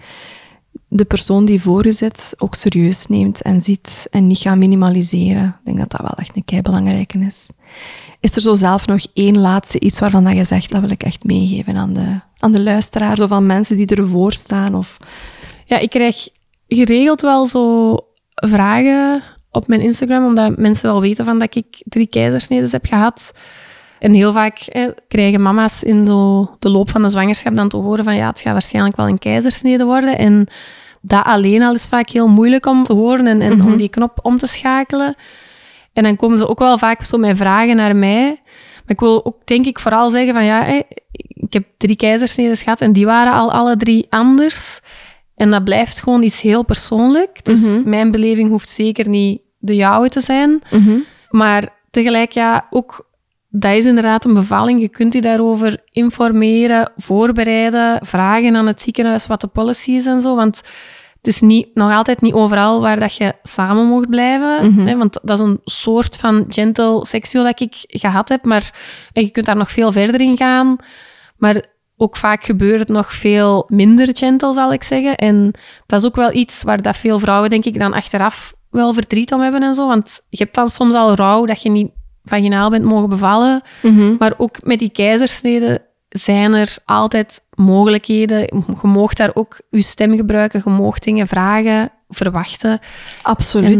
de persoon die voor je zit ook serieus neemt en ziet en niet gaat minimaliseren. Ik denk dat dat wel echt een keibelangrijke is. Is er zo zelf nog 1 laatste iets waarvan dat je zegt, dat wil ik echt meegeven aan de luisteraars of aan mensen die ervoor staan? Of... Ja, ik krijg geregeld wel zo vragen op mijn Instagram, omdat mensen wel weten van dat ik 3 keizersnedes heb gehad. En heel vaak krijgen mama's in de loop van de zwangerschap dan te horen van het gaat waarschijnlijk wel een keizersnede worden. En dat alleen al is vaak heel moeilijk om te horen en om die knop om te schakelen. En dan komen ze ook wel vaak zo met vragen naar mij. Maar ik wil ook denk ik vooral zeggen van ik heb 3 keizersnedes gehad en die waren al alle 3 anders. En dat blijft gewoon iets heel persoonlijk. Dus mijn beleving hoeft zeker niet de jouwe te zijn. Maar tegelijk, ook dat is inderdaad een bevalling. Je kunt je daarover informeren, voorbereiden, vragen aan het ziekenhuis wat de policy is en zo. Want het is nog altijd niet overal waar dat je samen mocht blijven. Hè, want dat is een soort van gentle seksio dat ik gehad heb. Maar je kunt daar nog veel verder in gaan. Maar ook vaak gebeurt het nog veel minder gentle, zal ik zeggen. En dat is ook wel iets waar dat veel vrouwen, denk ik, dan achteraf wel verdriet om hebben en zo. Want je hebt dan soms al rouw dat je niet vaginaal bent mogen bevallen. Maar ook met die keizersneden zijn er altijd mogelijkheden. Je moogt daar ook je stem gebruiken. Je moogt dingen vragen, verwachten. Absoluut.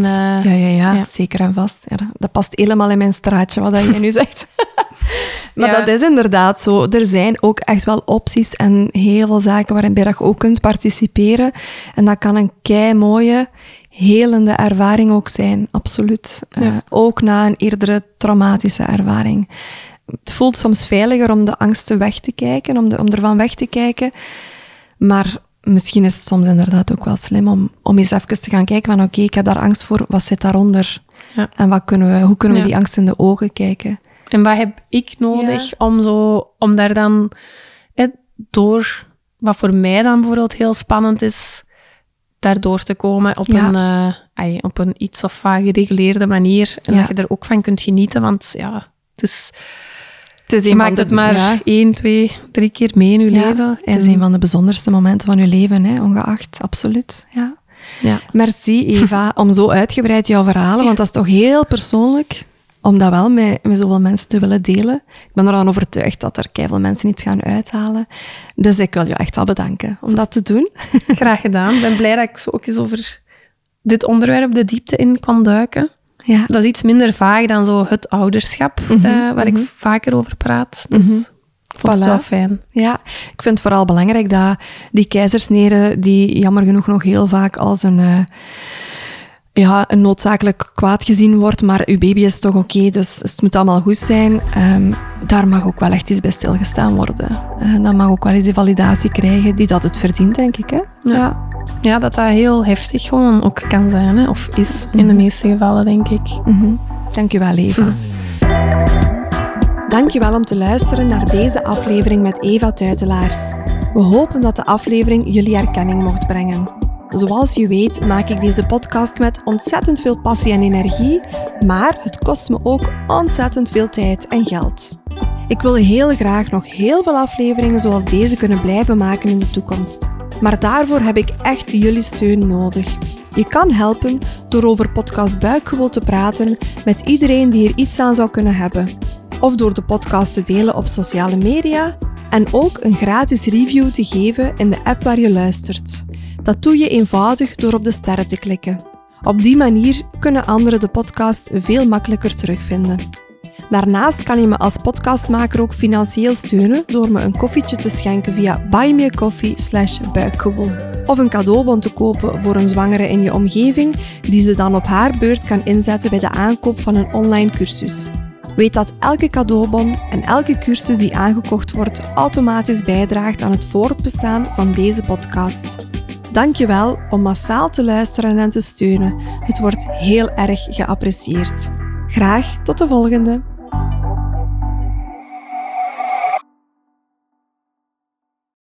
Ja, zeker en vast. Ja, dat past helemaal in mijn straatje, wat je nu zegt. Maar dat is inderdaad zo. Er zijn ook echt wel opties en heel veel zaken waarin je ook kunt participeren. En dat kan een keimooie, helende ervaring ook zijn. Absoluut. Ook na een eerdere traumatische ervaring. Het voelt soms veiliger om de angsten weg te kijken, om ervan weg te kijken. Maar misschien is het soms inderdaad ook wel slim om eens even te gaan kijken van oké, ik heb daar angst voor, wat zit daaronder? Ja. En hoe kunnen we die angst in de ogen kijken? En wat heb ik nodig om daar dan door, wat voor mij dan bijvoorbeeld heel spannend is, daardoor te komen op een iets of wat gereguleerde manier. En dat je er ook van kunt genieten, want je maakt het maar 1, 2, 3 keer mee in je leven. Het is een van de bijzonderste momenten van je leven, hè, ongeacht. Absoluut, ja. Merci, Eva, om zo uitgebreid jouw verhalen, want dat is toch heel persoonlijk, om dat wel met zoveel mensen te willen delen. Ik ben ervan overtuigd dat er keiveel mensen iets gaan uithalen. Dus ik wil je echt wel bedanken om dat te doen. Graag gedaan. Ik ben blij dat ik zo ook eens over dit onderwerp de diepte in kan duiken. Ja. Dat is iets minder vaag dan zo het ouderschap, waar ik vaker over praat. Dus ik vond het wel fijn. Ja, ik vind het vooral belangrijk dat die keizersnede, die jammer genoeg nog heel vaak als een noodzakelijk kwaad gezien wordt, maar uw baby is toch oké, dus het moet allemaal goed zijn. Daar mag ook wel echt iets bij stilgestaan worden. Dan mag ook wel eens die validatie krijgen die dat het verdient, denk ik. Hè? Ja, dat heel heftig gewoon ook kan zijn, hè? Of is in de meeste gevallen, denk ik. Dank je wel, Eva. Dank je wel om te luisteren naar deze aflevering met Eva Tuitelaars. We hopen dat de aflevering jullie erkenning mocht brengen. Zoals je weet maak ik deze podcast met ontzettend veel passie en energie, maar het kost me ook ontzettend veel tijd en geld. Ik wil heel graag nog heel veel afleveringen zoals deze kunnen blijven maken in de toekomst. Maar daarvoor heb ik echt jullie steun nodig. Je kan helpen door over podcast Buikgewoel te praten met iedereen die er iets aan zou kunnen hebben. Of door de podcast te delen op sociale media En ook een gratis review te geven in de app waar je luistert. Dat doe je eenvoudig door op de sterren te klikken. Op die manier kunnen anderen de podcast veel makkelijker terugvinden. Daarnaast kan je me als podcastmaker ook financieel steunen door me een koffietje te schenken via buymeacoffee/buikgewoel. Of een cadeaubon te kopen voor een zwangere in je omgeving, die ze dan op haar beurt kan inzetten bij de aankoop van een online cursus. Weet dat elke cadeaubon en elke cursus die aangekocht wordt automatisch bijdraagt aan het voortbestaan van deze podcast. Dankjewel om massaal te luisteren en te steunen. Het wordt heel erg geapprecieerd. Graag tot de volgende!